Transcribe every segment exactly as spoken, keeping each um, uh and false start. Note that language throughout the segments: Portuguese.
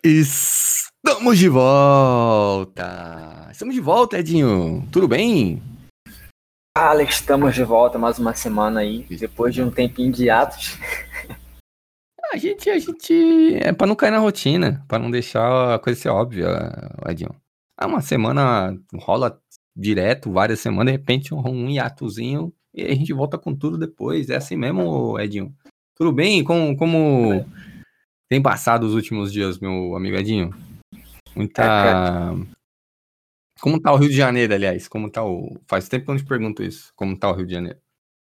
Estamos de volta! Estamos de volta, Edinho! Tudo bem? Alex, estamos de volta mais uma semana aí, depois de um tempinho de atos. A gente, a gente... É pra não cair na rotina, pra não deixar a coisa ser óbvia, Edinho. Ah, uma semana rola direto, várias semanas, de repente um, um hiatozinho e a gente volta com tudo depois. É assim mesmo, Edinho? Tudo bem? Como, como tem passado os últimos dias, meu amigo Edinho? Muita... É, cara. Como tá o Rio de Janeiro, aliás? Como tá o... Faz tempo que eu não te pergunto isso. Como tá o Rio de Janeiro?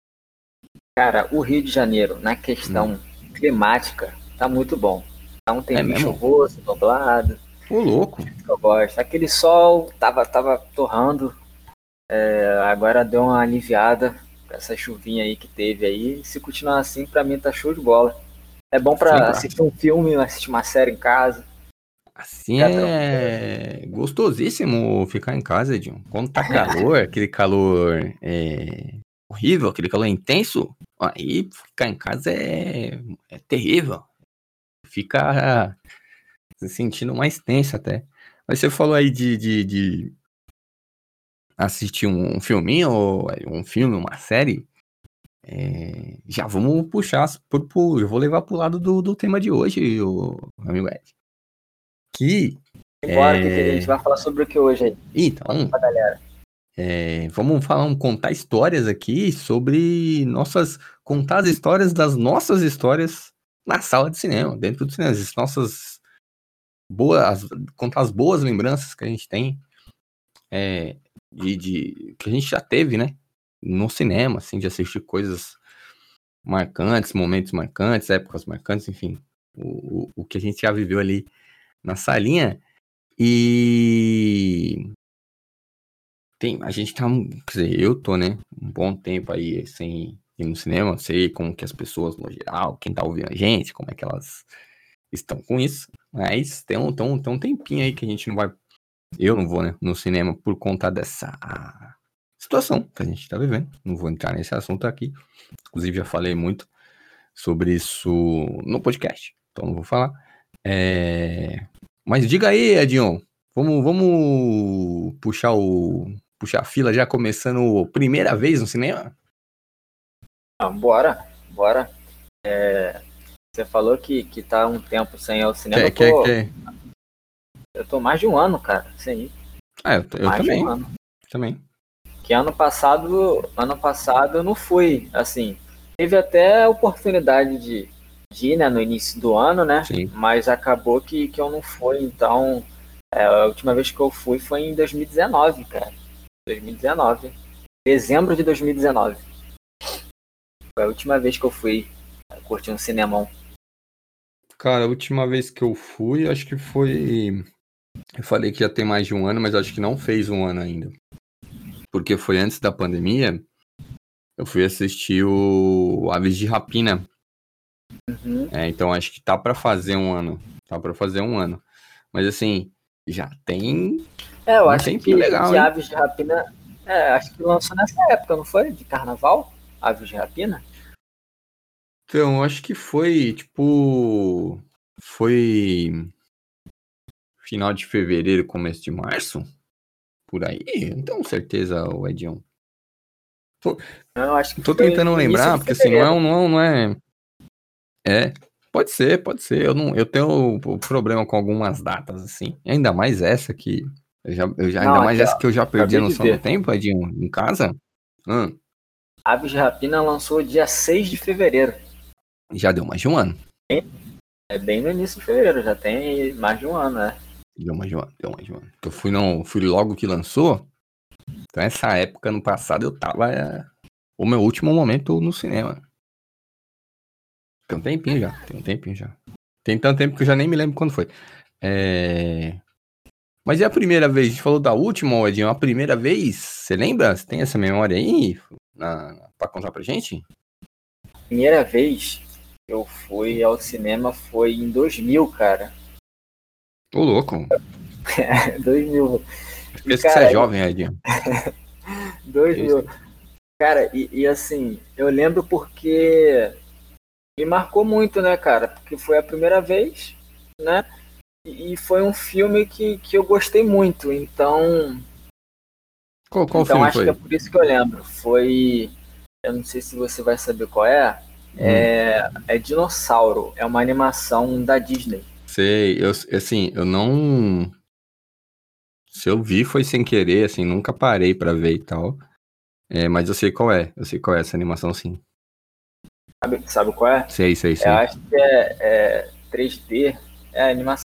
Cara, o Rio de Janeiro, na questão Hum. climática, tá muito bom. Tá um É tempinho mesmo? chuvoso, nublado. Ô, louco. Eu gosto. Aquele sol tava, tava torrando, é, agora deu uma aliviada com essa chuvinha aí que teve aí. Se continuar assim, pra mim tá show de bola. É bom Assim, pra pra... assistir um filme, assistir uma série em casa. assim Ficar tranquilo. é gostosíssimo ficar em casa, Edinho. Quando tá calor, aquele calor é... horrível, aquele calor intenso, aí ficar em casa é, é terrível. Fica se sentindo mais tenso até. Mas você falou aí de, de, de assistir um, um filminho, ou um filme, uma série. É, já vamos puxar, por, por, eu vou levar pro lado do, do tema de hoje, o amigo Ed. Que Embora, que, que a gente é... vai falar sobre o que hoje aí? Conta Então, pra galera. é, vamos falar, um, contar histórias aqui sobre nossas, contar as histórias das nossas histórias na sala de cinema, dentro do cinema, as nossas boas, contar as boas lembranças que a gente tem, é, de, de, que a gente já teve, né, no cinema, assim, de assistir coisas marcantes, momentos marcantes, épocas marcantes, enfim, o, o, o que a gente já viveu ali na salinha. E tem, a gente tá, quer dizer, eu tô, né, um bom tempo aí sem ir no cinema, sei como que as pessoas, no geral, quem tá ouvindo a gente, como é que elas estão com isso, mas tem um, tem um, tem um tempinho aí que a gente não vai, eu não vou, né, no cinema por conta dessa situação que a gente tá vivendo, não vou entrar nesse assunto aqui, inclusive já falei muito sobre isso no podcast, então não vou falar, é... mas diga aí, Edinho, vamos, vamos puxar o puxar a fila já começando primeira vez no cinema? Ah, bora, bora. É, você falou que, que tá um tempo sem ir ao cinema. Quer, Eu quer, tô, quer? eu tô mais de um ano, cara, sem ir. Ah, eu, eu Mais de um também, ano. também. Que ano passado, ano passado eu não fui, assim. Teve até a oportunidade de, de ir, né, no início do ano, né? Sim. Mas acabou que, que eu não fui, então. É, a última vez que eu fui foi em dois mil e dezenove, cara. dois mil e dezenove. Dezembro de dois mil e dezenove. Foi a última vez que eu fui curtir um cinemão. Cara, a última vez que eu fui, acho que foi. Eu falei que já tem mais de um ano, mas acho que não fez um ano ainda. Porque foi antes da pandemia. Eu fui assistir o Aves de Rapina. Uhum. É, então acho que tá pra fazer um ano. Tá pra fazer um ano. Mas assim, já tem É, eu um acho tempinho que, legal, que hein? Aves de Rapina. É, acho que lançou nessa época, não foi? De carnaval? Aves de Rapina? Então, eu acho que foi, tipo. Foi final de fevereiro, começo de março? Por aí? Eu não tenho certeza, o Edion. Tô, Eu acho que tô foi tentando no início lembrar, de porque assim, não é, fevereiro. um- não é, um- não é. É, pode ser, pode ser. Eu, não, eu tenho o problema com algumas datas, assim. Ainda mais essa que. Eu já, eu já, ainda Não, mais aqui, essa ó. que eu já perdi a Acabei de noção do ver. tempo, Edinho, em casa. Hum, Aves de Rapina lançou dia seis de fevereiro. já deu mais de um ano. É bem no início de fevereiro, já tem mais de um ano, né? Deu mais de um ano, deu mais de um ano. Eu fui, não, fui logo que lançou. Então, essa época, no passado, eu tava. É, o meu último momento no cinema. Tem um tempinho já, tem um tempinho já. Tem tanto tempo que eu já nem me lembro quando foi. É... Mas e a primeira vez? A gente falou da última, Edinho. A primeira vez, você lembra? Você tem essa memória aí na... pra contar pra gente? Primeira vez que eu fui ao cinema foi em dois mil, cara. Ô, louco. dois mil. E, Esqueça que você é cara, jovem, Edinho. dois Que isso? mil. Cara, e, e assim, eu lembro porque me marcou muito, né, cara? Porque foi a primeira vez, né? E foi um filme que, que eu gostei muito, então, Qual, qual então filme acho que é foi? por isso que eu lembro. Foi, eu não sei se você vai saber qual é, Hum, é, é Dinossauro, é uma animação da Disney. sei, eu, assim, eu não. Se eu vi foi sem querer, assim, nunca parei pra ver e tal. É, mas eu sei qual é, eu sei qual é essa animação, sim. Sabe, sabe qual é? Sei, sei, Eu sei. acho que é, é três D, é animação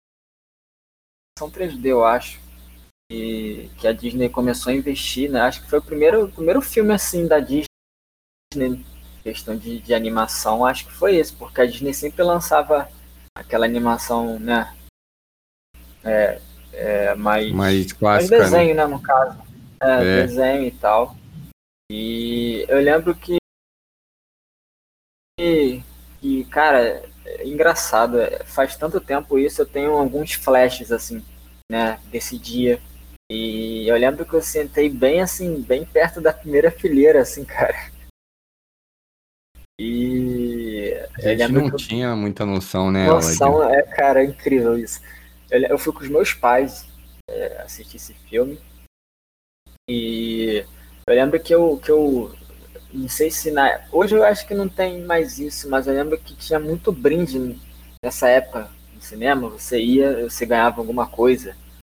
três D, eu acho. E que a Disney começou a investir, né? Acho que foi o primeiro, o primeiro filme assim da Disney, questão de, de animação, acho que foi esse, porque a Disney sempre lançava aquela animação, né? É, mais, Mais mais clássica, né? desenho, né? No caso, é, É. desenho e tal. E eu lembro que, que cara, é engraçado, é, faz tanto tempo isso, eu tenho alguns flashes assim, né? Desse dia. E eu lembro que eu sentei bem assim, bem perto da primeira fileira, assim, cara. E A eu gente lembro não que eu tinha muita noção, né, Odio? noção, é, cara, é incrível isso. Eu, eu fui com os meus pais é, assistir esse filme e eu lembro que eu, que eu não sei se na, hoje eu acho que não tem mais isso, mas eu lembro que tinha muito brinde nessa época no cinema. Você ia, você ganhava alguma coisa.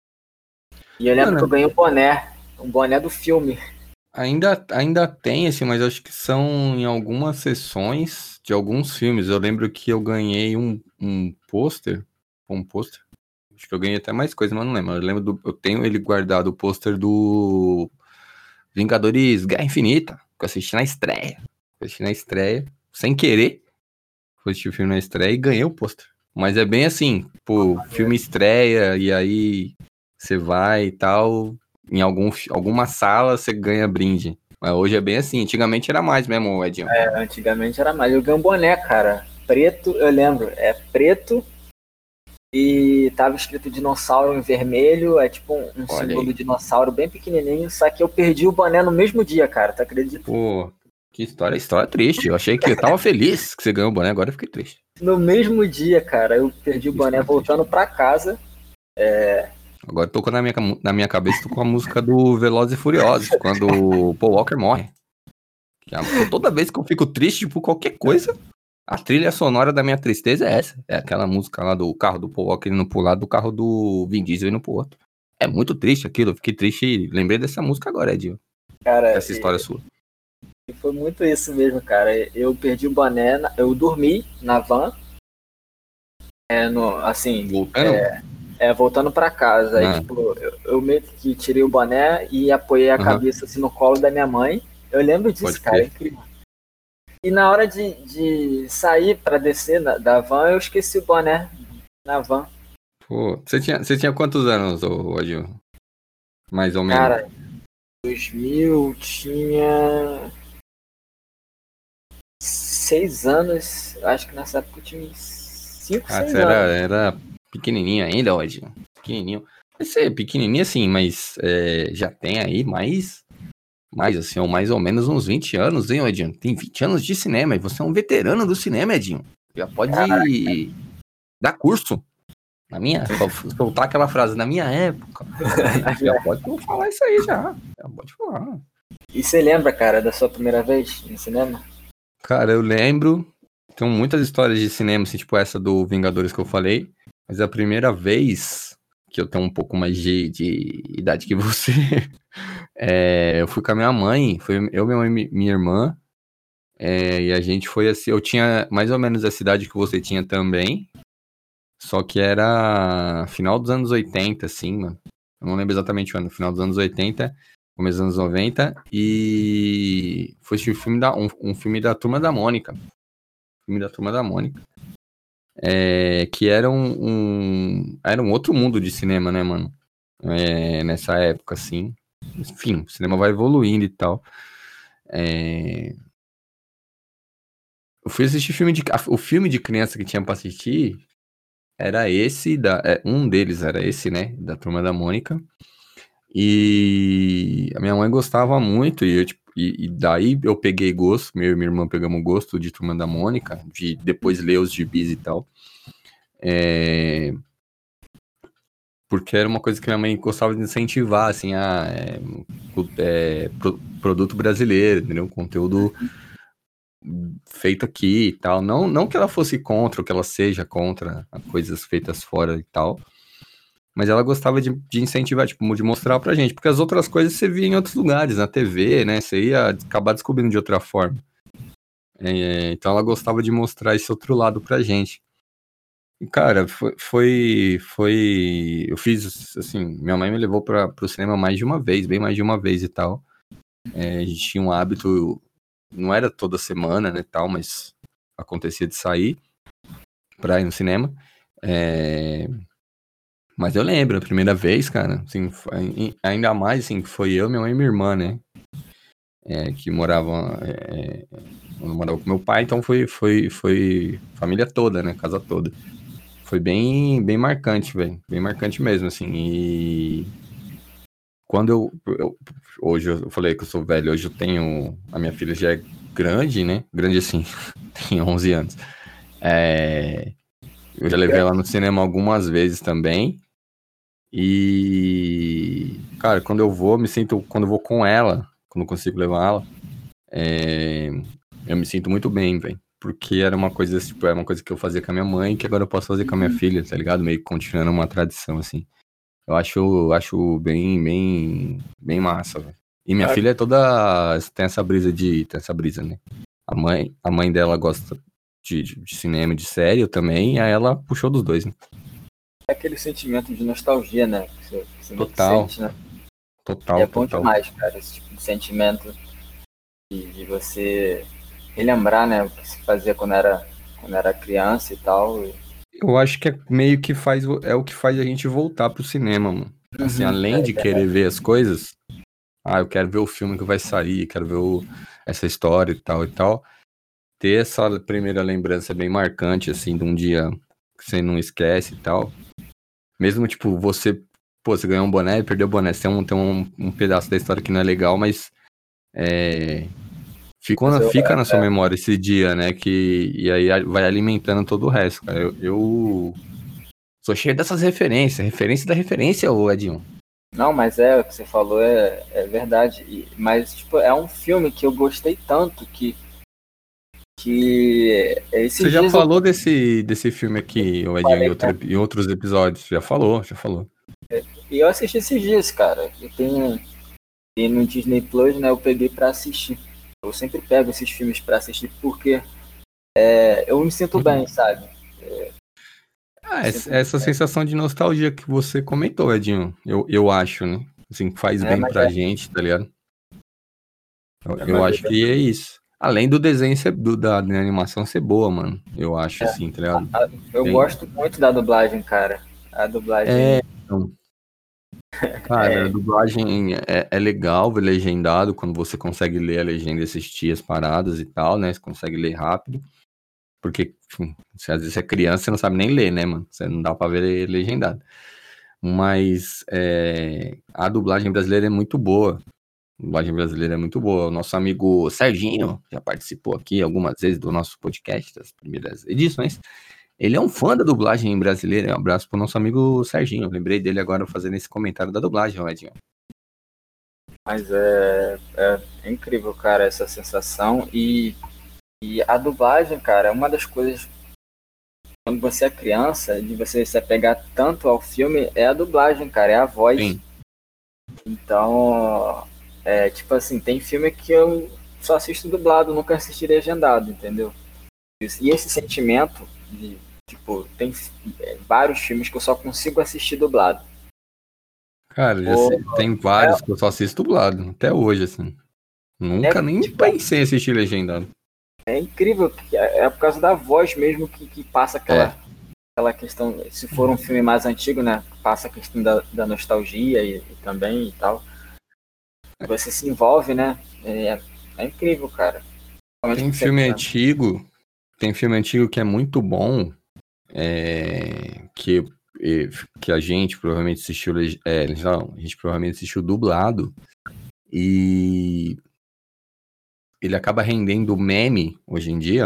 E eu lembro que eu Mano, ganhei um boné, um boné do filme. ainda, ainda tem, assim, mas eu acho que são em algumas sessões de alguns filmes. Eu lembro que eu ganhei um, um pôster. Um pôster? Acho que eu ganhei até mais coisa, mas não lembro. Eu lembro do, eu tenho ele guardado, o pôster do Vingadores Guerra Infinita, que eu assisti na estreia. Eu assisti na estreia, sem querer. Fui assistir o filme na estreia e ganhei o pôster. Mas é bem assim, pô, filme estreia e aí você vai e tal, em algum, fi- alguma sala você ganha brinde. Mas hoje é bem assim, antigamente era mais mesmo, Edinho. É, antigamente era mais. Eu ganhei um boné, cara. Preto, eu lembro. É preto e tava escrito dinossauro em vermelho. É tipo um, um Olha símbolo aí. de dinossauro bem pequenininho. Só que eu perdi o boné no mesmo dia, cara. Tu acredita? Pô, que história, história triste. Eu achei que eu tava feliz que você ganhou o boné, agora eu fiquei triste. No mesmo dia, cara, eu perdi o Que boné história triste. voltando pra casa. Agora tocou na minha, cam- na minha cabeça, tocou a música do Velozes e Furiosos, quando o Paul Walker morre. Que a- to- toda vez que eu fico triste por qualquer coisa, a trilha sonora da minha tristeza é essa. É aquela música lá do carro do Paul Walker indo pro lado do carro do Vin Diesel indo pro outro. É muito triste aquilo. Eu fiquei triste e lembrei dessa música agora, Edinho. Cara, Dessa história e, sua. e foi muito isso mesmo, cara. Eu perdi o boné, na- eu dormi na van, é, no, assim, Voltando? é, voltando pra casa. Aí, Ah, tipo, eu, eu meio que tirei o boné e apoiei a aham, cabeça assim no colo da minha mãe. Eu lembro pode disso, cara, é crer. incrível. E na hora de, de sair pra descer na- da van, eu esqueci o boné na van. Pô, você tinha, você tinha quantos anos, ô, Edinho? Mais ou menos. Cara, dois mil tinha seis anos. Acho que nessa época eu tinha uns cinco, Ah, você seis era, anos. era pequenininho ainda, Edinho. Pequenininho. Vai ser pequenininho assim, mas é, já tem aí mais. Mais assim, ou mais ou menos uns vinte anos, hein, Edinho? Tem vinte anos de cinema e você é um veterano do cinema, Edinho. Já pode dar curso. Na minha, soltar aquela frase, na minha época. Já pode falar isso aí já. Já pode falar. E você lembra, cara, da sua primeira vez no cinema? Cara, eu lembro, tem muitas histórias de cinema, assim, tipo essa do Vingadores que eu falei, mas a primeira vez que eu tenho um pouco mais de, de idade que você, é, eu fui com a minha mãe, foi eu, minha mãe e minha irmã. É, e a gente foi assim, eu tinha mais ou menos a cidade que você tinha também, só que era final dos anos oitenta, assim, mano. Eu não lembro exatamente o ano, final dos anos oitenta, começo dos anos noventa, e foi assistir um filme da, um, um filme da Turma da Mônica, filme da Turma da Mônica, é, que era um, um, era um outro mundo de cinema, né, mano? É, nessa época, assim. Enfim, o cinema vai evoluindo e tal. É, eu fui assistir filme de. O filme de criança que tinha pra assistir era esse, da, é, um deles era esse, né? Da Turma da Mônica. E a minha mãe gostava muito, e, eu, tipo, e, e daí eu peguei gosto, meu e minha irmã pegamos gosto de Turma da Mônica, de depois ler os gibis e tal. É, porque era uma coisa que minha mãe gostava de incentivar, assim, a é, é, pro, produto brasileiro, entendeu? Conteúdo feito aqui e tal. Não, não que ela fosse contra, ou que ela seja contra coisas feitas fora e tal, mas ela gostava de, de incentivar, tipo, de mostrar pra gente, porque as outras coisas você via em outros lugares, na T V, né? Você ia acabar descobrindo de outra forma. É, então ela gostava de mostrar esse outro lado pra gente. E, cara, foi, foi, foi... Eu fiz, assim, minha mãe me levou pra, pro cinema mais de uma vez, bem mais de uma vez e tal. É, a gente tinha um hábito, não era toda semana, né, tal, mas acontecia de sair pra ir no cinema. É... Mas eu lembro, a primeira vez, cara, assim, foi, ainda mais, assim, que foi eu, minha mãe e minha irmã, né, é, que moravam, é, eu morava com meu pai, então foi, foi, foi família toda, né, casa toda. Foi bem, bem marcante, velho, bem marcante mesmo, assim, e quando eu, eu, hoje eu falei que eu sou velho, hoje eu tenho, a minha filha já é grande, né, grande assim, tem onze anos, é, eu já levei ela no cinema algumas vezes também. E, cara, quando eu vou, me sinto, quando eu vou com ela, quando eu consigo levar ela, é, eu me sinto muito bem, velho. Porque era uma coisa, tipo, era uma coisa que eu fazia com a minha mãe, que agora eu posso fazer com a minha filha, tá ligado? Meio que continuando uma tradição, assim. Eu acho, acho bem, bem, bem massa, velho. E minha filha é toda, tem essa brisa de, tem essa brisa, né? A mãe, a mãe dela gosta de, de, de cinema, e de série, eu também, e aí ela puxou dos dois, né? É aquele sentimento de nostalgia, né? Que você, que você Total. sente, né? Total, E é bom total. demais, cara, esse tipo de sentimento de, de você relembrar, né, o que se fazia quando era, quando era criança e tal. E... Eu acho que é meio que faz, é o que faz a gente voltar pro cinema, mano. Assim, Uhum, além é de querer ver as coisas, ah, eu quero ver o filme que vai sair, quero ver o, essa história e tal e tal. Ter essa primeira lembrança bem marcante, assim, de um dia que você não esquece e tal. Mesmo, tipo, você, pô, você ganhou um boné e perdeu o boné. Você tem um, tem um, um pedaço da história que não é legal, mas é, ficou Mas na, eu, fica na sua é, memória esse dia, né? Que, e aí vai alimentando todo o resto, cara. Eu, eu sou cheio dessas referências, referência da referência, ô Edinho. não, mas é, o que você falou é, é verdade. E, mas, tipo, é um filme que eu gostei tanto que, que Você esses já dias eu falou desse, desse filme aqui, ô Edinho, em, falei, outro, em outros episódios? Já falou, já falou. e eu assisti esses dias, cara. Eu tenho, e no Disney Plus, né, eu peguei pra assistir. Eu sempre pego esses filmes pra assistir porque é, eu me sinto Uhum. bem, sabe? Ah, Me essa, sinto essa bem. sensação de nostalgia que você comentou, Edinho, eu, eu acho, né? Assim, que faz É, bem mas pra é, gente, tá ligado? Eu, é, eu mas acho é, que é isso. Além do desenho ser, do, da, da animação ser boa, mano. Eu acho, assim, tá ligado? a- eu Tem. gosto muito da dublagem, cara. A É, dublagem então, cara, a é, dublagem é, é legal ver legendado quando você consegue ler a legenda e assistir as paradas e tal, né? Você consegue ler rápido. Porque, enfim, se às vezes você é criança, você não sabe nem ler, né, mano? Você não dá pra ver legendado. Mas é, a dublagem brasileira é muito boa. A dublagem brasileira é muito boa. O nosso amigo Serginho já participou aqui algumas vezes do nosso podcast, das primeiras edições. Ele é um fã da dublagem brasileira. Um abraço pro nosso amigo Serginho. Eu lembrei dele agora fazendo esse comentário da dublagem, Edinho. mas é, é, é incrível, cara, essa sensação. E, e a dublagem, cara, é uma das coisas, quando você é criança, de você se apegar tanto ao filme, é a dublagem, cara, é a voz. Sim, Então, é tipo assim, tem filme que eu só assisto dublado, nunca assisti legendado, entendeu? E esse sentimento de, tipo, tem é, vários filmes que eu só consigo assistir dublado. cara, já Ou, se- tem vários que eu só assisto dublado, até hoje, assim. é, Nunca é, nem tipo, pensei em assistir legendado. é incrível, que é, é por causa da voz mesmo que, que passa É, aquela, aquela questão. Se for um filme mais antigo, né? Passa a questão da, da nostalgia e, e também e tal. Você se envolve, né? É, é incrível, cara. Principalmente tem que você é filme criança. antigo, tem filme antigo que é muito bom, é, que, é, que a gente provavelmente assistiu, leg- é, não, a gente provavelmente assistiu dublado, e ele acaba rendendo meme hoje em dia,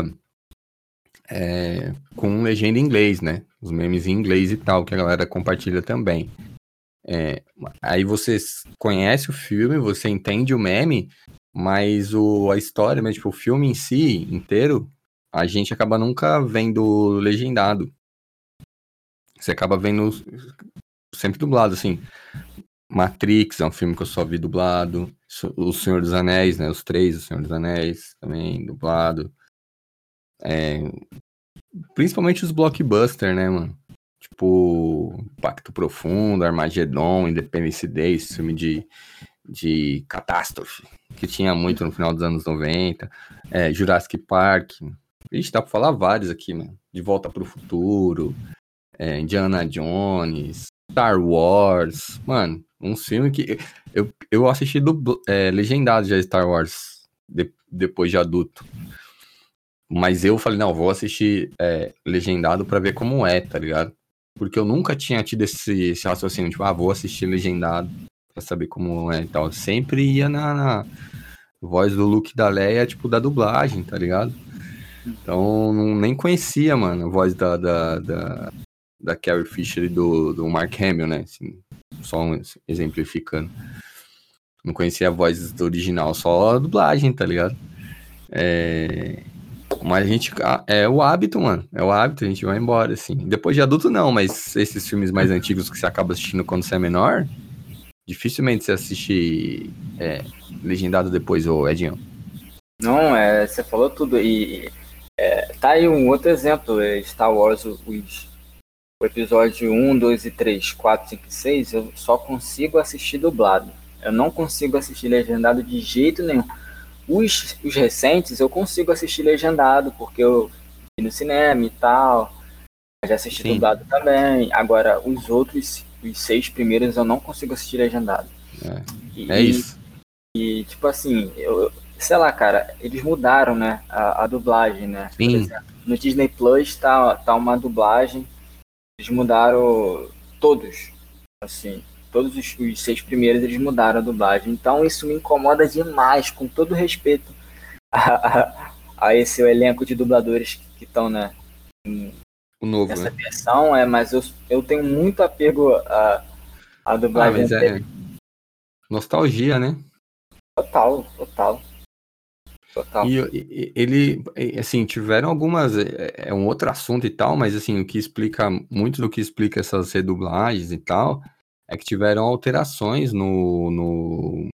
é, com legenda em inglês, né? Os memes em inglês e tal, que a galera compartilha também. É, aí você conhece o filme, você entende o meme, mas o, a história, mas, tipo, o filme em si, inteiro, a gente acaba nunca vendo legendado. Você acaba vendo sempre dublado, assim. Matrix é um filme que eu só vi dublado. O Senhor dos Anéis, né? Os três, O Senhor dos Anéis, também dublado. É, principalmente os blockbusters, né, mano? Tipo, Pacto Profundo, Armagedon, Independence Day, esse filme de, de catástrofe, que tinha muito no final dos anos noventa. É, Jurassic Park. Ixi, dá pra falar vários aqui, mano. De Volta pro Futuro, é, Indiana Jones, Star Wars. Mano, um filme que... Eu, eu assisti do, é, legendado já Star Wars, de, depois de adulto. Mas eu falei, não, vou assistir é, legendado pra ver como é, tá ligado? Porque eu nunca tinha tido esse, esse raciocínio, tipo, ah, vou assistir legendado pra saber como é e tal. Eu sempre ia na, na voz do Luke e da Leia, tipo, da dublagem, tá ligado? Então, não, nem conhecia, mano, a voz da, da, da, da Carrie Fisher e do, do Mark Hamill, né? Assim, só um, exemplificando. Não conhecia a voz do original, só a dublagem, tá ligado? É... Mas a gente. É o hábito, mano. É o hábito, a gente vai embora, assim. Depois de adulto, não, mas esses filmes mais antigos que você acaba assistindo quando você é menor, dificilmente você assiste é, legendado depois, ô Edinho. Não, é, você falou tudo. E é, tá aí um outro exemplo: é Star Wars, os, o episódio um, dois e três, quatro, cinco e seis, eu só consigo assistir dublado. Eu não consigo assistir legendado de jeito nenhum. Os, os recentes eu consigo assistir legendado, porque eu fui no cinema e tal. Já assisti Sim. dublado também. Agora, os outros, os seis primeiros, eu não consigo assistir legendado. É, E, é isso. E, tipo assim, eu, sei lá, cara, eles mudaram, né, a, a dublagem, né? Por Sim. exemplo, no Disney Plus tá, tá uma dublagem, eles mudaram todos, assim, todos os, os seis primeiros eles mudaram a dublagem. Então isso me incomoda demais, com todo respeito a, a, a esse elenco de dubladores que estão, né, O novo, nessa né? versão, é, mas eu, eu tenho muito apego à, à Ah, dublagem mas é anterior. nostalgia, né? Total, total, total. E, e- ele, e, assim, tiveram algumas. É, é um outro assunto e tal, mas, assim, o que explica, muito do que explica essas redublagens e tal, é que tiveram alterações no, no,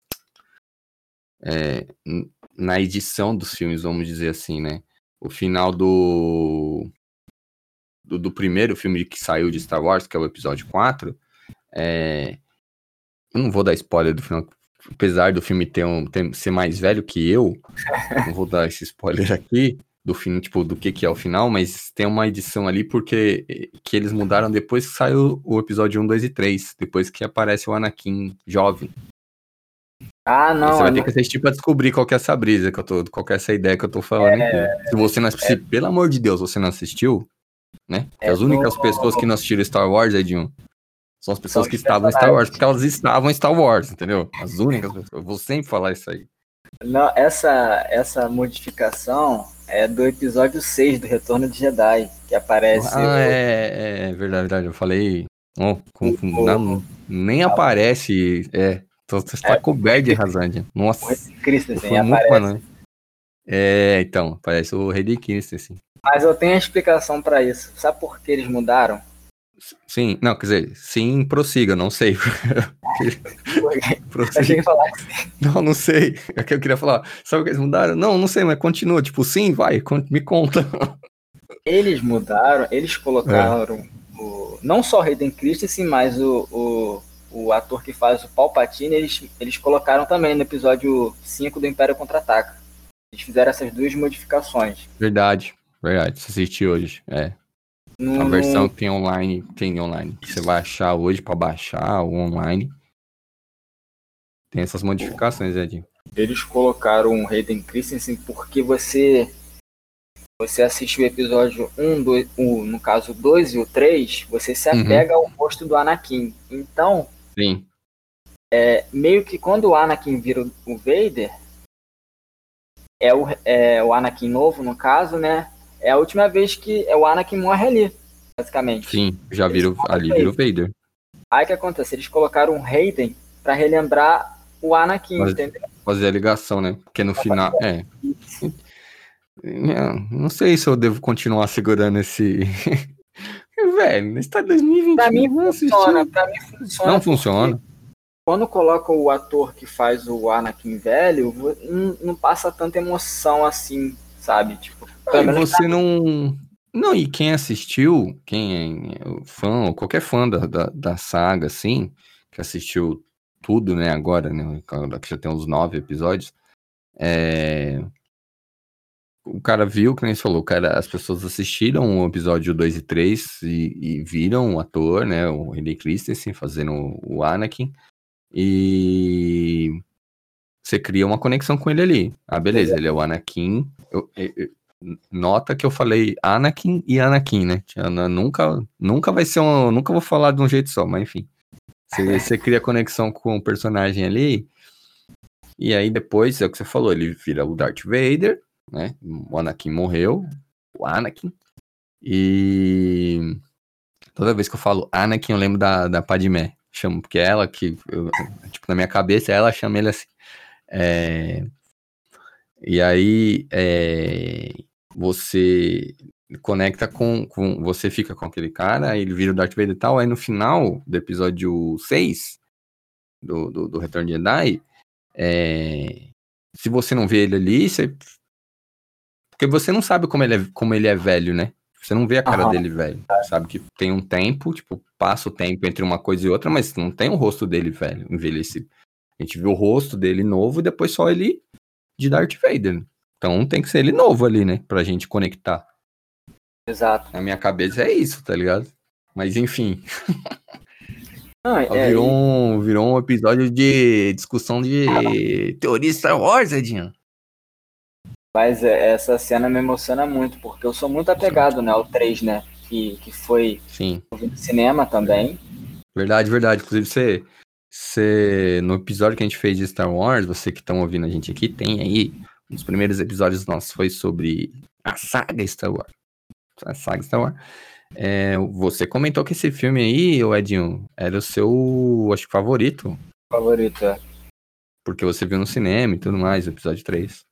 é, n- na edição dos filmes, vamos dizer assim, né? O final do, do, do primeiro filme que saiu de Star Wars, que é o episódio quatro, é, eu não vou dar spoiler do final, apesar do filme ter um, ter- ser mais velho que eu. Não vou dar esse spoiler aqui do fim, tipo, do que que é o final, mas tem uma edição ali porque que eles mudaram depois que saiu o episódio um, dois e três, depois que aparece o Anakin jovem. Ah, E aí você não, vai eu ter não, que assistir pra descobrir qual que é essa brisa que eu tô, qual que é essa ideia que eu tô falando aqui. Se você não se, pelo amor de Deus, você não assistiu, né? Porque é as únicas pessoas que no, não assistiram Star Wars, Edinho, são as são pessoas que os estavam em Star Wars, personagens. porque elas estavam em Star Wars, entendeu? As únicas pessoas. Eu vou sempre falar isso aí. Não, essa, essa modificação é do episódio seis do Retorno de Jedi, que aparece Ah, o, é, é verdade, verdade. Eu falei. Oh, o, confundo, o, não, nem a- aparece. É, tô- você está é, coberto de razão, gente. o Nossa, Hayden eu Christensen fui muito pra aparece. não. É, então, parece o Hayden Christensen, assim. Mas eu tenho a explicação para isso. Sabe por que eles mudaram? Sim, não, quer dizer, sim, prossiga, não sei. Porque eu achei Prossiga. que falar assim. Não, não sei. É que eu queria falar. Sabe o que eles mudaram? Não, não sei, mas continua. Tipo, sim, vai, con- me conta. Eles mudaram, eles É. colocaram o, não só o Hayden Christensen, mas o, o, o ator que faz o Palpatine, eles, eles colocaram também no episódio cinco do Império Contra-Ataca. Eles fizeram essas duas modificações. Verdade, verdade. Você assistiu hoje. É. A No, versão no, que tem online, tem online. Que você vai achar hoje pra baixar o online. Tem essas modificações, Edinho. eles colocaram o Hayden Christensen porque você você assiste o episódio um, dois, um, no caso o dois e o três, você se Uhum, apega ao rosto do Anakin. Então, sim. é, meio que quando o Anakin vira o Vader, é o, é o Anakin novo, no caso, né? É a última vez que é o Anakin morre ali, basicamente. Sim, já Ele se virou, torna o ali virou Vader. Vader. Aí o que acontece? Eles colocaram o Hayden pra relembrar o Anakin, Faz- entendeu? Fazer a ligação, né? Porque no final. É. É, não sei se eu devo continuar segurando esse. Velho, está em Pra mim dois mil e vinte e um, não funciona, assistiu. pra mim funciona Não porque funciona. quando coloca o ator que faz o Anakin velho, vo- não, não passa tanta emoção assim, sabe? Tipo, pelo Aí menos pra você mim. não. Não, e quem assistiu, quem é o fã, ou qualquer fã da, da, da saga, assim, que assistiu tudo, né, agora, né, que já tem uns nove episódios, é. O cara viu, que nem você falou, o cara, as pessoas assistiram o episódio dois e três e, e viram o ator, né, o Hayden Christensen fazendo o Anakin, e você cria uma conexão com ele ali. Ah, beleza, ele é o Anakin. Eu- eu- eu- nota que eu falei Anakin e Anakin, né? Eu não- nunca, nunca vai ser um, nunca vou falar de um jeito só, mas enfim. Você, você cria conexão com o personagem ali, e aí depois, é o que você falou, ele vira o Darth Vader, né? O Anakin morreu, o Anakin. E toda vez que eu falo Anakin, eu lembro da, da Padmé. Chamo, porque é ela que, eu- tipo, na minha cabeça, ela chama ele assim. É, e aí, é, você conecta com, com. Você fica com aquele cara, aí ele vira o Darth Vader e tal. Aí no final do episódio seis do, do, do Retorno de Jedi, é, se você não vê ele ali, você, porque você não sabe como ele, é, como ele é velho, né? Você não vê a cara Aham. dele velho. Sabe que tem um tempo, tipo, passa o tempo entre uma coisa e outra, mas não tem o rosto dele velho, envelhecido. A gente viu o rosto dele novo e depois só ele de Darth Vader. Então tem que ser ele novo ali, né? Pra gente conectar. Exato. Na minha cabeça é isso, tá ligado? Mas enfim, Não, ó, é, virou e, um, virou um episódio de discussão de teoria Star Wars, Edinho. mas é, essa cena me emociona muito, porque eu sou muito apegado, né, ao três, né? Que, que foi Sim, no cinema também. verdade, verdade. Inclusive, você, você, no episódio que a gente fez de Star Wars, você que estão ouvindo a gente aqui, tem aí, um dos primeiros episódios nossos foi sobre a saga Star Wars. A saga Star Wars. É, você comentou que esse filme aí, o Edinho, era o seu, acho que, favorito, Favorito, é. porque você viu no cinema e tudo mais, o episódio três.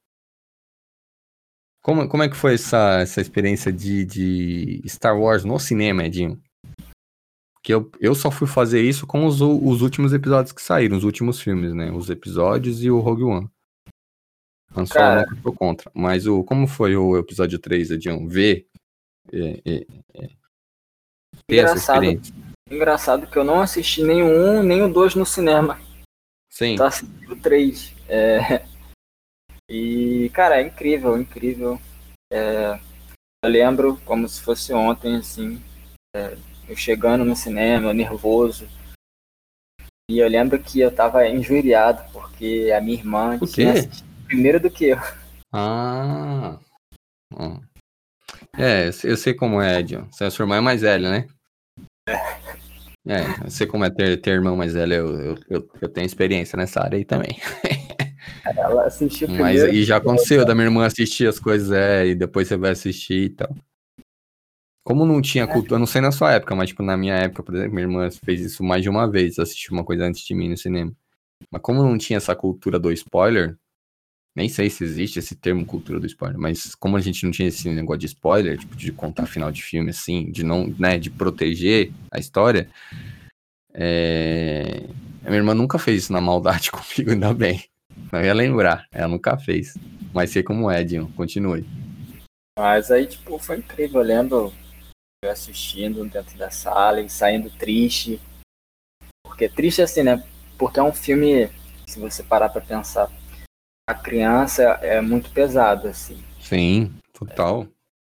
Como, como é que foi essa, essa experiência de, de Star Wars no cinema, Edinho? Porque eu, eu só fui fazer isso com os, os últimos episódios que saíram, os últimos filmes, né? Os episódios e o Rogue One. Han Solo Cara, nunca foi contra. Mas o, como foi o episódio três, Edinho? Ver, é, é, ter essa engraçado, experiência. engraçado que eu não assisti nenhum, nem o dois no cinema. Só Sim. assisti o três. É, e, cara, é incrível, incrível. É, eu lembro como se fosse ontem, assim, é, eu chegando no cinema, nervoso. E eu lembro que eu tava injuriado, porque a minha irmã Por tinha quê? assistido primeiro do que eu. Ah. Ó. É, eu sei eu sei como é, Edinho. A sua irmã é mais velha, né? É, eu sei como é ter, ter irmão mais velho. Eu, eu, eu, eu tenho experiência nessa área aí também. Ela assistiu Mas primeiro e do já que eu. aconteceu da minha irmã assistir as coisas, é, e depois você vai assistir e tal. Como não tinha cultura, eu não sei na sua época, mas tipo, na minha época, por exemplo, minha irmã fez isso mais de uma vez, assistiu uma coisa antes de mim no cinema. Mas como não tinha essa cultura do spoiler, nem sei se existe esse termo cultura do spoiler, mas como a gente não tinha esse negócio de spoiler, tipo, de contar final de filme, assim, de não, né, de proteger a história, é... a minha irmã nunca fez isso na maldade comigo, ainda bem. Não ia lembrar, ela nunca fez. Mas sei como é, Dinho, continue. Mas aí, tipo, foi incrível. Eu lembro eu assistindo dentro da sala e saindo triste. Porque triste assim, né? Porque é um filme, se você parar pra pensar, a criança é muito pesado, assim. Sim, total.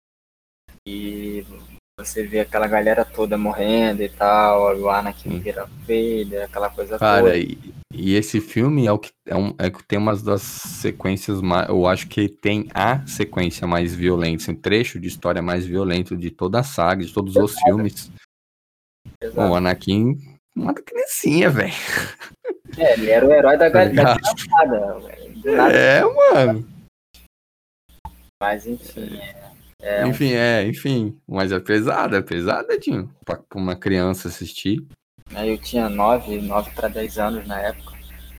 E você vê aquela galera toda morrendo e tal, o Anakin Sim. vira Vader, aquela coisa Cara, toda. e, e esse filme é o que é, um, é que tem umas das sequências mais. Eu acho que tem a sequência mais violenta, um trecho de história mais violento de toda a saga, de todos os filmes. Bom, o Exato. Anakin mata criancinha, velho. É, ele era o herói da, Tá gal- da ligado? criançada, velho. Do nada. É, mano. Mas enfim, é, é um Enfim, é, enfim. Mas é pesado, é pesado, Edinho. Pra, pra uma criança assistir. Aí eu tinha nove, nove para dez anos na época.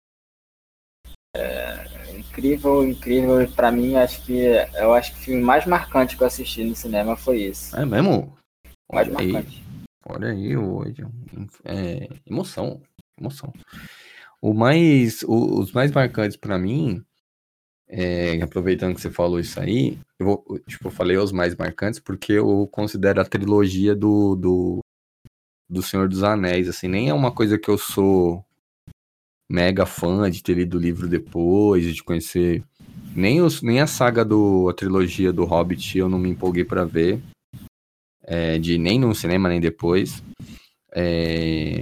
É, incrível, incrível. Pra mim, acho que eu acho que o filme mais marcante que eu assisti no cinema foi esse. É mesmo? Mais Olha aí. marcante. Olha aí, hoje. É, emoção. Emoção. O mais, o- os mais marcantes pra mim, é, aproveitando que você falou isso aí, eu vou, tipo, eu falei os mais marcantes porque eu considero a trilogia do, do, do Senhor dos Anéis, assim, nem é uma coisa que eu sou mega fã de ter lido o livro depois, de conhecer. Nem, os, nem a saga do, a trilogia do Hobbit eu não me empolguei pra ver, é, de nem no cinema nem depois. É,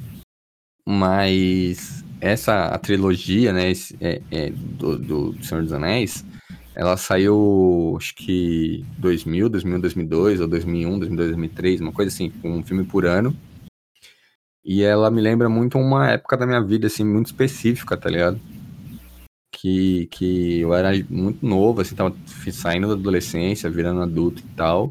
mas essa a trilogia, né, esse, é, é, do, do Senhor dos Anéis, ela saiu, acho que dois mil, dois mil, dois mil e dois, ou dois mil e um, dois mil e dois, dois mil e três, uma coisa assim, um filme por ano. E ela me lembra muito uma época da minha vida, assim, muito específica, tá ligado? Que, que eu era muito novo, assim, tava saindo da adolescência, virando adulto e tal.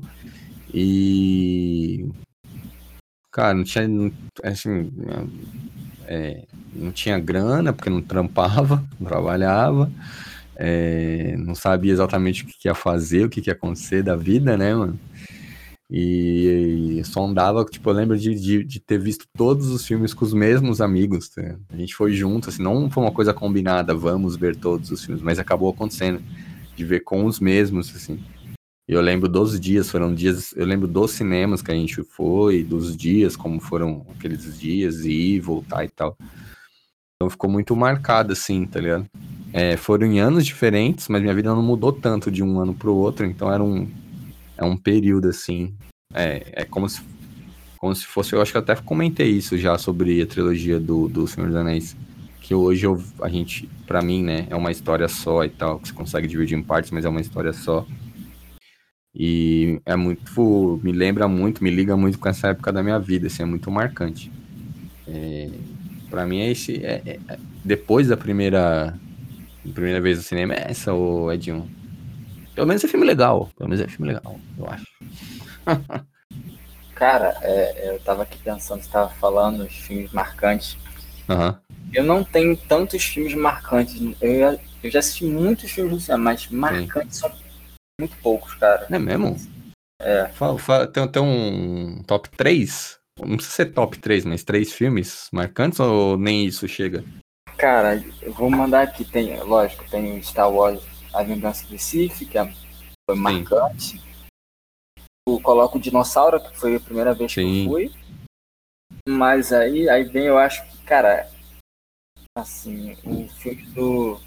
E, cara, não tinha, não- assim, é, não tinha grana, porque não trampava, não trabalhava, é, não sabia exatamente o que que ia fazer, o que que ia acontecer da vida, né, mano? E, e só andava, tipo, eu lembro de, de, de ter visto todos os filmes com os mesmos amigos, tá? A gente foi junto, assim, não foi uma coisa combinada, vamos ver todos os filmes, mas acabou acontecendo, de ver com os mesmos, assim. E eu lembro dos dias, foram dias, eu lembro dos cinemas que a gente foi, dos dias, como foram aqueles dias, e ir, voltar e tal. Então ficou muito marcado, assim, tá ligado? É, foram em anos diferentes, mas minha vida não mudou tanto de um ano pro outro, então era um, é um período, assim. É, é como se, como se fosse. Eu acho que eu até comentei isso já sobre a trilogia do, do Senhor dos Anéis. Que hoje eu, a gente, pra mim, né, é uma história só e tal, que você consegue dividir em partes, mas é uma história só. E é muito. Me lembra muito, me liga muito com essa época da minha vida, assim, é muito marcante. É, pra mim é esse. É, é- é- depois da primeira. Primeira vez no cinema é essa, ô Edinho. Pelo menos é filme legal. Pelo menos é filme legal, eu acho. Cara, é, eu tava aqui pensando, você tava falando os filmes marcantes. Aham. Eu não tenho tantos filmes marcantes. Eu já, eu já assisti muitos filmes no cinema, mas Sim. marcantes são muito poucos, cara. Não é mesmo? É. Fala, fala, tem, tem um top três. Não precisa ser top três, mas três filmes marcantes ou nem isso chega? Cara, eu vou mandar aqui, tem, lógico, tem o Star Wars A Vingança do Sith, que é- foi Sim, marcante. Eu coloco o Dinossauro, que foi a primeira vez que eu sim. fui. Mas aí, aí vem, eu acho que, cara, assim, o filme do,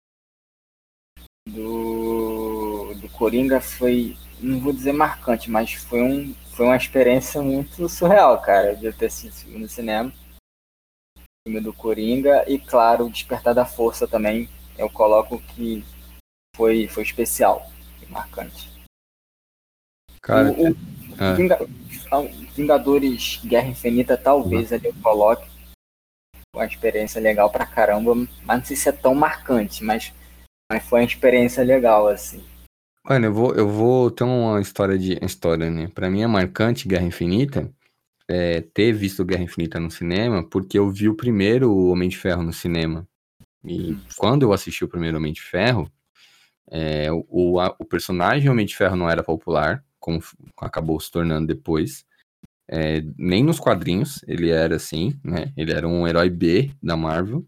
do, do Coringa foi, não vou dizer marcante, mas foi, um, foi uma experiência muito surreal, cara, de eu ter assistido no cinema. O filme do Coringa e, claro, o Despertar da Força também, eu coloco que foi, foi especial, foi marcante. Cara, O, o te- ah, Vinga- Vingadores Guerra Infinita aham. talvez ali eu coloque uma experiência legal pra caramba, mas não sei se é tão marcante, mas, mas foi uma experiência legal, assim. Mano, eu vou, eu vou ter uma história de história, né? Pra mim é marcante Guerra Infinita, é, ter visto Guerra Infinita no cinema, porque eu vi o primeiro Homem de Ferro no cinema. E Uhum. quando eu assisti o primeiro Homem de Ferro, é, o, o, a- o personagem Homem de Ferro não era popular, como f- acabou se tornando depois. É, nem nos quadrinhos ele era assim, né? Ele era um herói B da Marvel.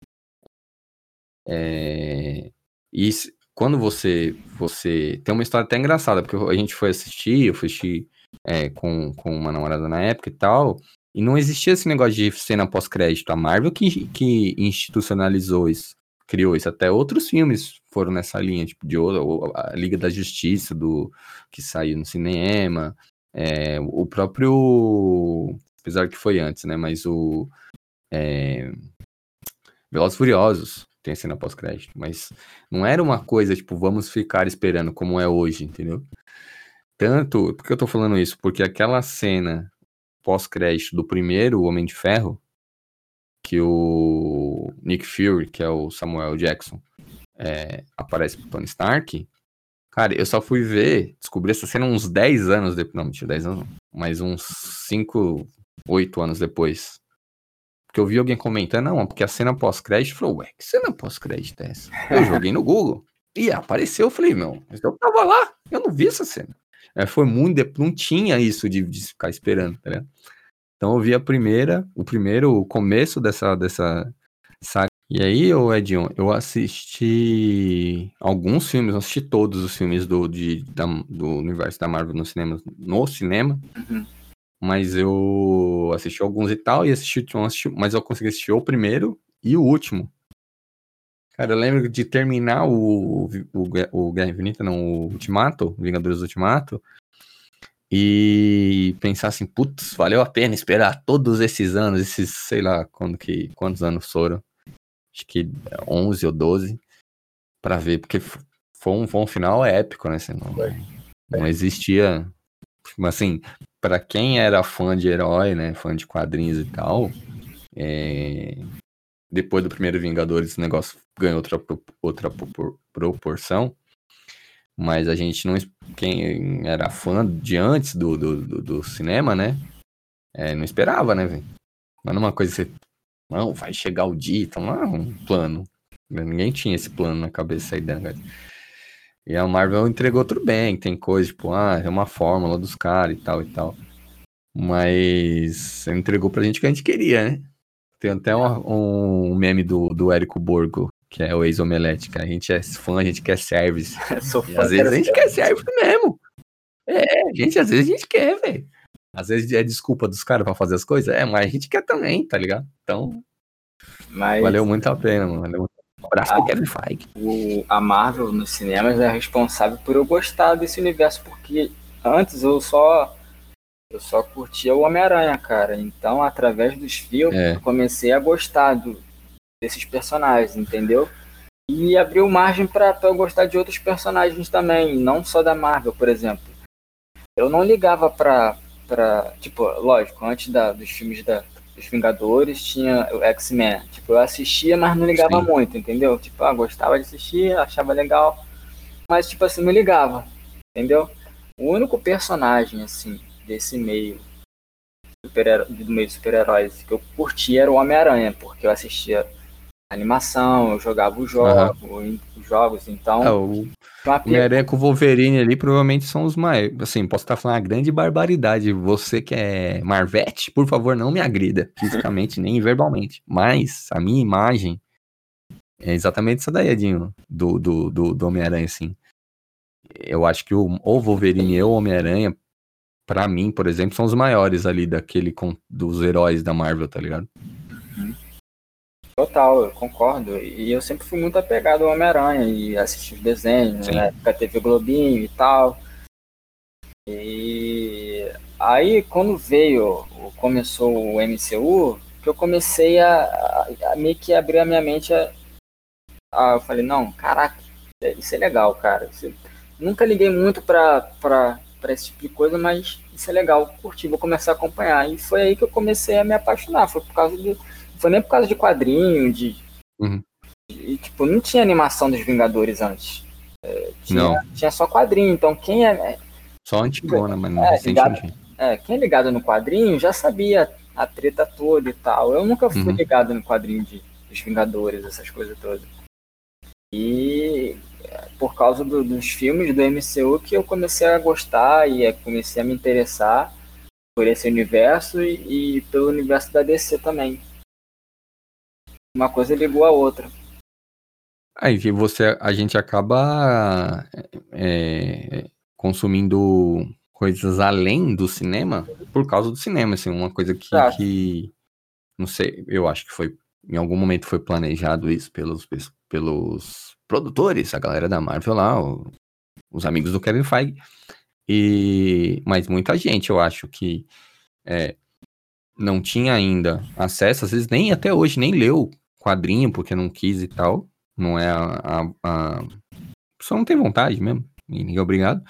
É, e se- quando você, você. Tem uma história até engraçada, porque a gente foi assistir, eu fui assistir é, com, com uma namorada na época e tal, e não existia esse negócio de cena pós-crédito. A Marvel que, que institucionalizou isso, criou isso. Até outros filmes foram nessa linha, tipo, de outra, ou a Liga da Justiça, do, que saiu no cinema, é, o próprio. Apesar que foi antes, né? Mas o. é, Velozes e Furiosos tem cena pós-crédito, mas não era uma coisa tipo, vamos ficar esperando como é hoje, entendeu? Tanto, por que eu tô falando isso? Porque aquela cena pós-crédito do primeiro Homem de Ferro, que o Nick Fury, que é o Samuel Jackson, é, aparece pro Tony Stark, cara, eu só fui ver, descobri essa cena uns dez anos depois, não, mentira, dez anos não, mas uns cinco, oito anos depois. porque eu vi alguém comentando, não, porque a cena pós-crédito, falou, ué, que cena pós-crédito é essa? Eu joguei no Google, e apareceu, eu falei, meu, eu tava lá, eu não vi essa cena. É, foi muito, não tinha isso de, de ficar esperando, tá ligado? Então eu vi a primeira, o primeiro, o começo dessa, dessa saga. E aí, ô Edion, eu assisti alguns filmes, não assisti todos os filmes do, de, da, do universo da Marvel no cinema, no cinema, Uhum. mas eu assisti alguns e tal, e assisti, assisti, mas eu consegui assistir o primeiro e o último. Cara, eu lembro de terminar o, o, o Guerra Infinita, não, o Ultimato, Vingadores Ultimato, e pensar assim, putz, valeu a pena esperar todos esses anos, esses, sei lá, quando que, quantos anos foram, acho que onze ou doze, pra ver, porque foi um, foi um final épico, né, assim, não, não existia, assim, pra quem era fã de herói, né, fã de quadrinhos e tal, é, depois do primeiro Vingadores o negócio ganhou outra, outra proporção, mas a gente não, quem era fã de antes do, do, do, do cinema, né, é, não esperava, né, velho? Não era uma coisa que você, não, vai chegar o dia, então não é um plano. Ninguém tinha esse plano na cabeça aí dentro, cara. E a Marvel entregou tudo bem, tem coisa, tipo, ah, é uma fórmula dos caras e tal e tal. Mas entregou pra gente o que a gente queria, né? Tem até um, um meme do, do Érico Borgo, que é o ex-Omelete, cara. A gente é fã, a gente quer service. Sou E fã, às vezes quero a gente ser. quer service mesmo. É, gente, às vezes a gente quer, velho. Às vezes é desculpa dos caras pra fazer as coisas, é, mas a gente quer também, tá ligado? Então, Mas valeu muito a pena, mano. Valeu muito. Um abraço pro Kevin Feige. o, a Marvel nos cinemas é responsável por eu gostar desse universo, porque antes eu só eu só curtia o Homem-Aranha, cara. Então, através dos filmes, É. eu comecei a gostar do, desses personagens, entendeu? E abriu margem pra, pra eu gostar de outros personagens também, não só da Marvel, por exemplo. Eu não ligava pra, pra tipo, lógico, antes da, dos filmes da, dos Vingadores tinha o X-Men. Tipo, eu assistia, mas não ligava Sim. muito, entendeu? Tipo, ah, gostava de assistir, achava legal, mas, tipo assim, não ligava, entendeu? O único personagem, assim, desse meio, super do meio de super-heróis que eu curtia era o Homem-Aranha, porque eu assistia animação, eu jogava os Aham. jogos, os jogos, então Ah, o tinha um apego. Homem-Aranha com o Wolverine ali provavelmente são os mais. Assim, posso estar falando uma grande barbaridade. Você que é Marvete, por favor, não me agrida fisicamente nem verbalmente. Mas a minha imagem é exatamente essa daí, Edinho, do, do, do, do Homem-Aranha, assim. Eu acho que o, o Wolverine e o Homem-Aranha, pra mim, por exemplo, são os maiores ali daquele com, dos heróis da Marvel, tá ligado? Total, eu concordo. E eu sempre fui muito apegado ao Homem-Aranha e assisti os desenhos, Sim. na época T V Globinho e tal. E aí quando veio, começou o M C U, que eu comecei a, a, a meio que abrir a minha mente a, a, eu falei, não, caraca, isso é legal, cara. Isso, nunca liguei muito pra, pra, pra esse tipo de coisa, mas isso é legal, curti, vou começar a acompanhar. E foi aí que eu comecei a me apaixonar, foi por causa de. Foi nem por causa de quadrinho, de. Uhum. de tipo, não tinha animação dos Vingadores antes. É, tinha, Não, tinha só quadrinho, então quem é. só antigona, mas não É, ligado, recentemente. é, quem é ligado no quadrinho já sabia a treta toda e tal. Eu nunca fui Uhum. ligado no quadrinho de, dos Vingadores, essas coisas todas. E por causa do, dos filmes do M C U que eu comecei a gostar e comecei a me interessar por esse universo e, e pelo universo da D C também. Uma coisa ligou a outra. Aí que você, a gente acaba é, consumindo coisas além do cinema por causa do cinema, assim, uma coisa que, Exato. que não sei, eu acho que foi, em algum momento foi planejado isso pelos, pelos produtores, a galera da Marvel lá, o- os amigos do Kevin Feige, e, mas muita gente, eu acho que é, não tinha ainda acesso, às vezes nem até hoje, nem leu quadrinho porque não quis e tal, não é a, a, a só não tem vontade mesmo, e ninguém é obrigado.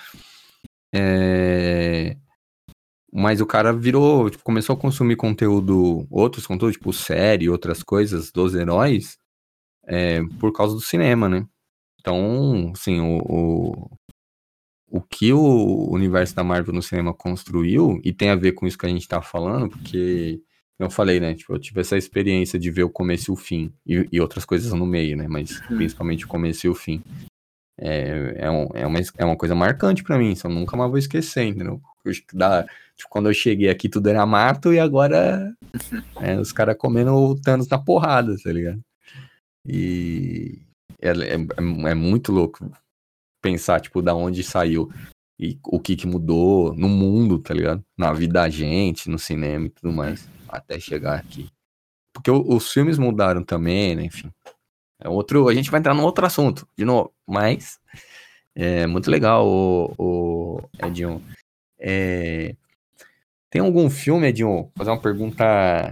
É, mas o cara virou, tipo, começou a consumir conteúdo, outros conteúdos, tipo série, outras coisas dos heróis, é, por causa do cinema, né? Então, assim, o, o, o que o universo da Marvel no cinema construiu, e tem a ver com isso que a gente tá falando, porque eu falei, né? Tipo, eu tive essa experiência de ver o começo e o fim. E, e outras coisas no meio, né? Mas Uhum. principalmente o começo e o fim. É, é, um, é, uma, é uma coisa marcante pra mim. Isso eu nunca mais vou esquecer, entendeu? Eu, da, tipo, quando eu cheguei aqui, tudo era mato. E agora é, os caras comendo o Thanos na porrada, tá ligado? E é, é, é muito louco pensar, tipo, da onde saiu e o que que mudou no mundo, tá ligado? Na vida da gente, no cinema e tudo mais, até chegar aqui. Porque o, os filmes mudaram também, né? Enfim. É outro, a gente vai entrar num outro assunto, de novo, mas é muito legal, o, o Edinho. É, tem algum filme, Edinho? Vou fazer uma pergunta.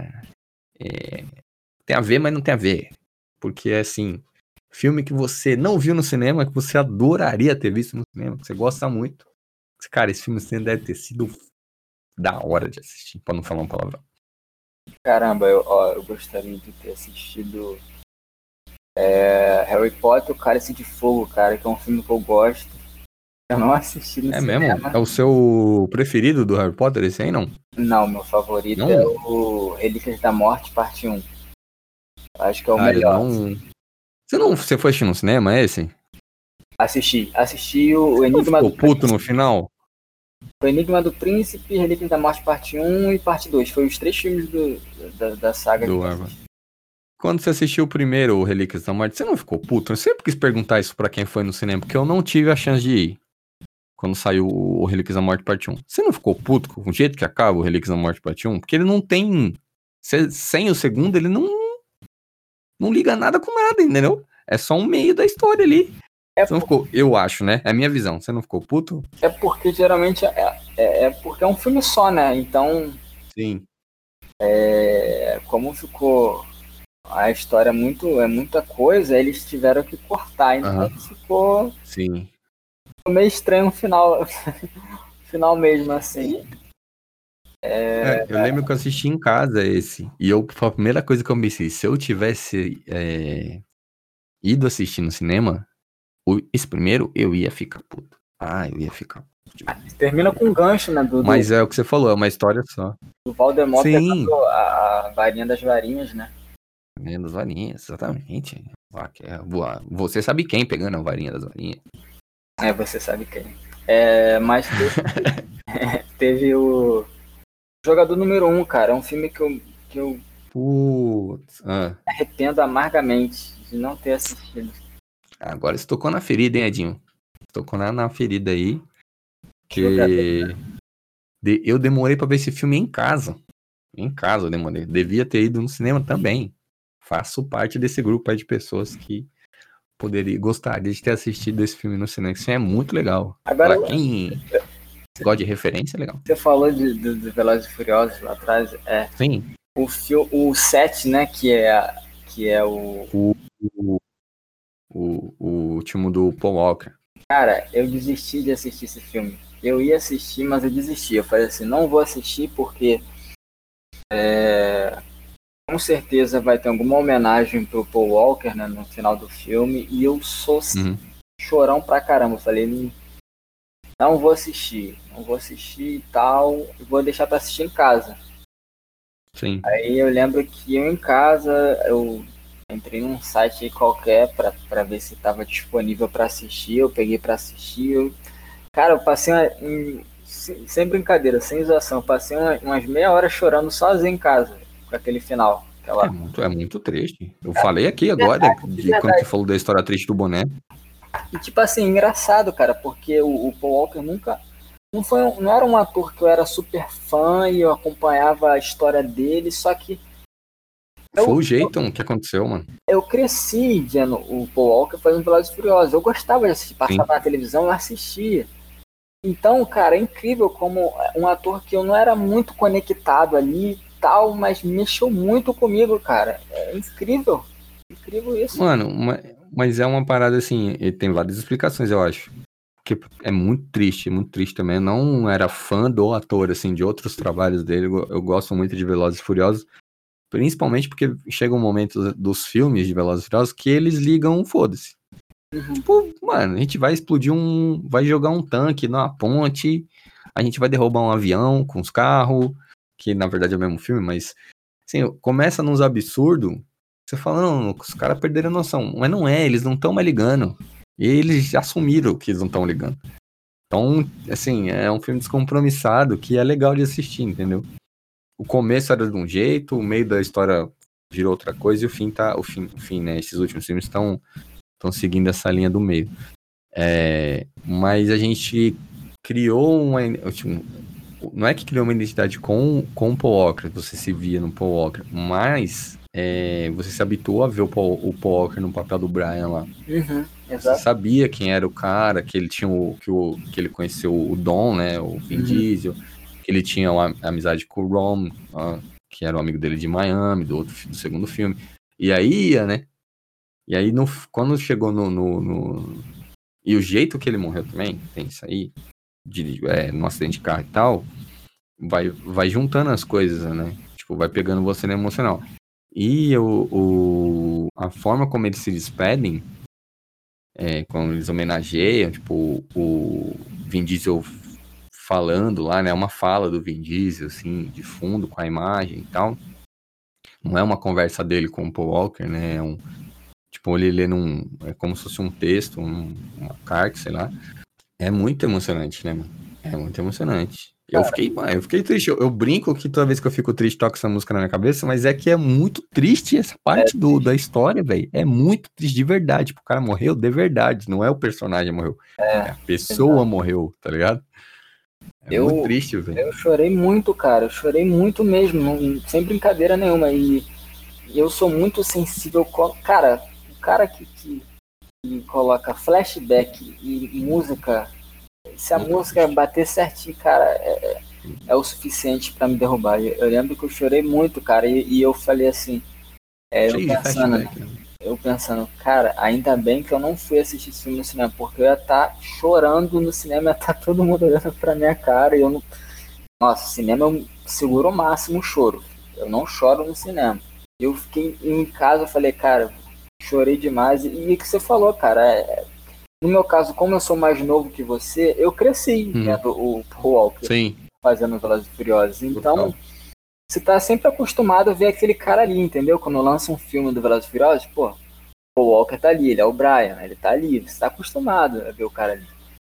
É, tem a ver, mas não tem a ver. Porque, assim, filme que você não viu no cinema, que você adoraria ter visto no cinema, que você gosta muito. Cara, esse filme assim, deve ter sido da hora de assistir, pra não falar uma palavra. Caramba, eu, ó, eu gostaria de ter assistido é, Harry Potter, o Cálice de Fogo, cara, que é um filme que eu gosto. Eu não assisti no É cinema. mesmo? É o seu preferido do Harry Potter, esse aí, não? Não, meu favorito Não? é o Relíquias da Morte, parte um. Acho que é o Ah, eu melhor. não... Você não... Você foi assistir no cinema, é esse? Assisti. Assisti o, o Você não Enigma ficou do puto Príncipe. no final? O Enigma do Príncipe, Relíquias da Morte, parte um e parte dois. Foi os três filmes do, da, da saga Do que eu Harry. assisti. Quando você assistiu o primeiro, o Relíquias da Morte, você não ficou puto? Eu sempre quis perguntar isso pra quem foi no cinema, porque eu não tive a chance de ir. Quando saiu o Relíquias da Morte parte um. Você não ficou puto com o jeito que acaba o Relíquias da Morte parte um? Porque ele não tem... Sem o segundo, ele não... Não liga nada com nada, entendeu? É só um meio da história ali. É, Você não por, ficou... Eu acho, né? É a minha visão. Você não ficou puto? é porque geralmente é, é, é porque é um filme só, né? Então, Sim. é, como ficou a história é muito, é muita coisa, eles tiveram que cortar. Então Aham. ficou Sim. meio estranho o final, final mesmo, assim. É, eu lembro que eu assisti em casa esse. E eu, foi a primeira coisa que eu pensei, se eu tivesse é, ido assistir no cinema, o- esse primeiro, eu ia ficar puto. Ah, eu ia ficar puto demais. Termina com um gancho, né? Do, do, Mas é o que você falou, é uma história só. do Voldemort Sim. pegando a, a varinha das varinhas, né? Varinha das varinhas, exatamente. Ah, que é- boa. Você sabe quem pegando a varinha das varinhas. É, você sabe quem. É, mas teve, teve o Jogador Número Um, cara. É um filme que eu, que eu Putz. Ah, me arrependo amargamente de não ter assistido. agora você tocou na ferida, hein, Edinho? Tocou na, na ferida aí. Jogador. Que de- eu demorei pra ver esse filme em casa. Em casa eu demorei. Devia ter ido no cinema também. Faço parte desse grupo aí de pessoas que poderia, gostaria de ter assistido esse filme no cinema. Isso é muito legal. Agora, Pra quem gosta de referência, é legal. você falou de, de, de Velozes e Furiosos lá atrás. É, Sim. o, fio, o sete, né? Que é, que é o... O, o, o, o último do Paul Walker. Cara, eu desisti de assistir esse filme. Eu ia assistir, mas eu desisti. Eu falei assim, não vou assistir porque é, com certeza vai ter alguma homenagem pro Paul Walker, né, no final do filme. E eu sou Uhum. chorão pra caramba. Eu falei, não vou assistir, não vou assistir e tal. E vou deixar pra assistir em casa. Sim. Aí eu lembro que eu em casa, eu entrei num site aí qualquer pra, pra ver se tava disponível pra assistir. Eu peguei pra assistir. Eu... Cara, eu passei uma, um, sem brincadeira, sem zoação, eu passei uma, umas meia hora chorando sozinho em casa com aquele final. Aquela... É muito, é muito triste. Eu falei aqui agora verdade, de verdade. quando você falou da história triste do boné. E tipo assim, engraçado, cara, porque o, o Paul Walker nunca. Não, foi, um- não era um ator que eu era super fã e eu acompanhava a história dele, só que Foi eu, o jeito que aconteceu, mano. eu cresci vendo o Paul Walker fazendo Velozes e Furiosos. Eu gostava de assistir, Sim. passava na televisão, eu assistia. Então, cara, é incrível como um ator que eu não era muito conectado ali e tal, mas mexeu muito comigo, cara. É incrível. Incrível isso. Mano, uma- mas é uma parada assim, ele tem várias explicações, eu acho. Que é muito triste, muito triste também. Eu não era fã do ator, assim, de outros trabalhos dele. Eu, eu gosto muito de Velozes e Furiosos, principalmente porque chega um momento dos filmes de Velozes e Furiosos que eles ligam, foda-se. Uhum. Tipo, mano, a gente vai explodir um. Vai jogar um tanque na ponte, a gente vai derrubar um avião com os carros, que na verdade é o mesmo filme, mas assim, começa nos absurdos, você fala, não, os caras perderam a noção. Mas não é, eles não estão mais ligando. E eles já assumiram que eles não estão ligando. Então, assim, é um filme descompromissado que é legal de assistir, entendeu? O começo era de um jeito, o meio da história virou outra coisa e o fim tá. O fim, o fim né? Esses últimos filmes estão estão seguindo essa linha do meio. É, mas a gente criou uma. Tipo, não é que criou uma identidade com, com o Paul Walker, você se via no Paul Walker, mas é, você se habituou a ver o Paul, o Paul Walker no papel do Brian lá. Uhum, Você exato. sabia quem era o cara, que ele tinha o que, o, que ele conheceu o Dom, né? O Vin Uhum. Diesel, que ele tinha uma amizade com o Ron, ó, que era o amigo dele de Miami, do, outro, do segundo filme. E aí ia, né? E aí, no, quando chegou no, no, no. E o jeito que ele morreu também, tem isso aí, de, é, no acidente de carro e tal, vai, vai juntando as coisas, né? Tipo, vai pegando você no emocional. E o, o, a forma como eles se despedem, é, quando eles homenageiam, tipo, o Vin Diesel falando lá, né? Uma fala do Vin Diesel, assim, de fundo, com a imagem e tal. Não é uma conversa dele com o Paul Walker, né? É um, tipo, ele lê num... É como se fosse um texto, um, uma carta, sei lá. É muito emocionante, né, mano? É muito emocionante. Eu fiquei, mano, eu fiquei triste. Eu, eu brinco que toda vez que eu fico triste, toco essa música na minha cabeça, mas é que é muito triste essa parte É, do, da história, velho. É muito triste de verdade. Tipo, o cara morreu de verdade. Não é o personagem que morreu. É é, a pessoa exato. morreu, tá ligado? É muito Eu, triste, velho. eu chorei muito, cara. Eu chorei muito mesmo, não- sem brincadeira nenhuma. E eu sou muito sensível. Com, cara, o cara que, que, que coloca flashback e música, se a Muito música triste. bater certinho, cara, é, é o suficiente pra me derrubar. Eu, eu lembro que eu chorei muito, cara, e, e eu falei assim, é, eu Cheio de pensando, flashback, né? eu pensando, cara, ainda bem que eu não fui assistir esse filme no cinema, porque eu ia estar chorando no cinema, ia estar todo mundo olhando pra minha cara e eu não. Nossa, cinema eu seguro ao máximo o choro. Eu não choro no cinema. Eu fiquei em casa, eu falei, cara, chorei demais. E o que você falou, cara, é, no meu caso, como eu sou mais novo que você, eu cresci Uhum. vendo o Paul Walker Sim, fazendo Velozes e Furiosos. Então, total. você tá sempre acostumado a ver aquele cara ali, entendeu? Quando lança um filme do Velozes e Furiosos, pô, Paul Walker tá ali, ele é o Brian, ele tá ali, você tá acostumado a ver o cara ali.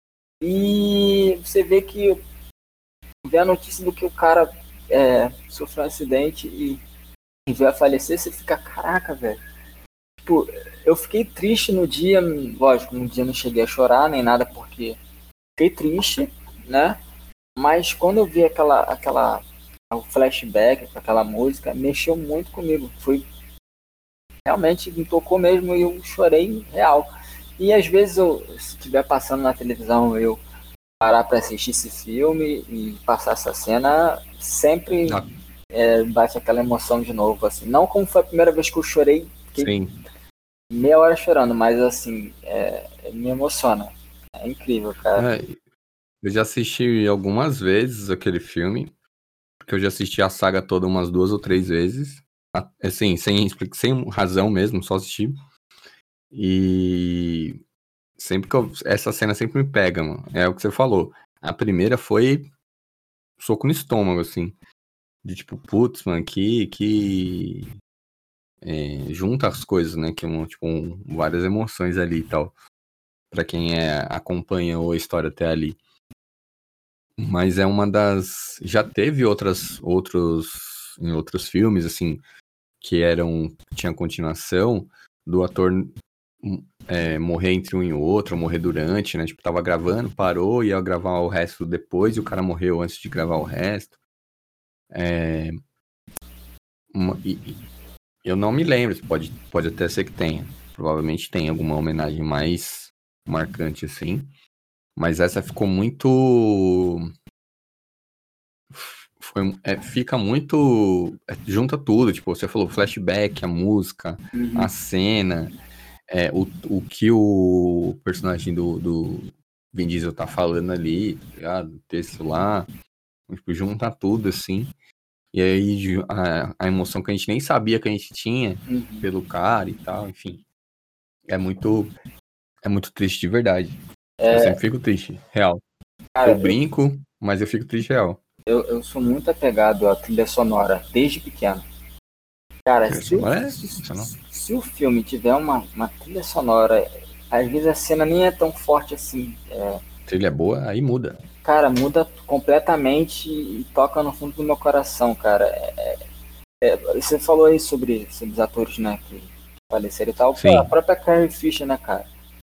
E você vê que vê a notícia do que o cara é, sofreu um acidente e, e veio a falecer, você fica, caraca, velho. Tipo, eu fiquei triste no dia, lógico, no dia não cheguei a chorar nem nada, porque fiquei triste, né? Mas quando eu vi aquela, aquela o flashback, aquela música, mexeu muito comigo. Foi realmente me tocou mesmo e eu chorei real. E às vezes eu, se estiver passando na televisão, eu parar para assistir esse filme e passar essa cena, sempre Ah, é, bate aquela emoção de novo, assim. Não como foi a primeira vez que eu chorei, fiquei sim. meia hora chorando, mas assim, é, me emociona. É incrível, cara. É, eu já assisti algumas vezes aquele filme, porque eu já assisti a saga toda umas duas ou três vezes. A- Assim, sem, expli- sem razão mesmo, só assisti. E sempre que eu, essa cena sempre me pega, mano. É o que você falou. A primeira foi soco no estômago, assim. De tipo, putz, mano, que, que é, junta as coisas, né? Que um, tipo, um- várias emoções ali e tal. Pra quem é, acompanhou a história até ali. Mas é uma das. Já teve outras, outros, em outros filmes, assim, que eram. Tinha continuação do ator hum, é, morrer entre um e outro, morrer durante, né? Tipo, tava gravando, parou, ia gravar o resto depois e o cara morreu antes de gravar o resto. É, uma- e- e eu não me lembro, pode, pode até ser que tenha. Provavelmente tem alguma homenagem mais marcante assim. Mas essa ficou muito. Foi, é, fica muito. É, junta tudo, tipo, você falou flashback, a música, a Uhum. cena, é, o, o que o personagem do, do Vin Diesel tá falando ali, tá ligado? O texto lá, tipo, junta tudo assim. E aí ju- a, a emoção que a gente nem sabia que a gente tinha Uhum. pelo cara e tal, enfim. É muito, é muito triste de verdade. Eu É, sempre fico triste, real. Eu cara, eu, brinco, mas eu fico triste real. eu, eu sou muito apegado à trilha sonora desde pequeno. Cara, Trilha se o, sonora é se, sensacional. se o filme tiver uma, uma trilha sonora, às vezes a cena nem é tão forte assim. É, Trilha boa, aí muda. cara, muda completamente e toca no fundo do meu coração, cara. É, é, você falou aí sobre, sobre os atores, né, que faleceram e tal. Pô, a Sim. própria Carrie Fisher, né, cara?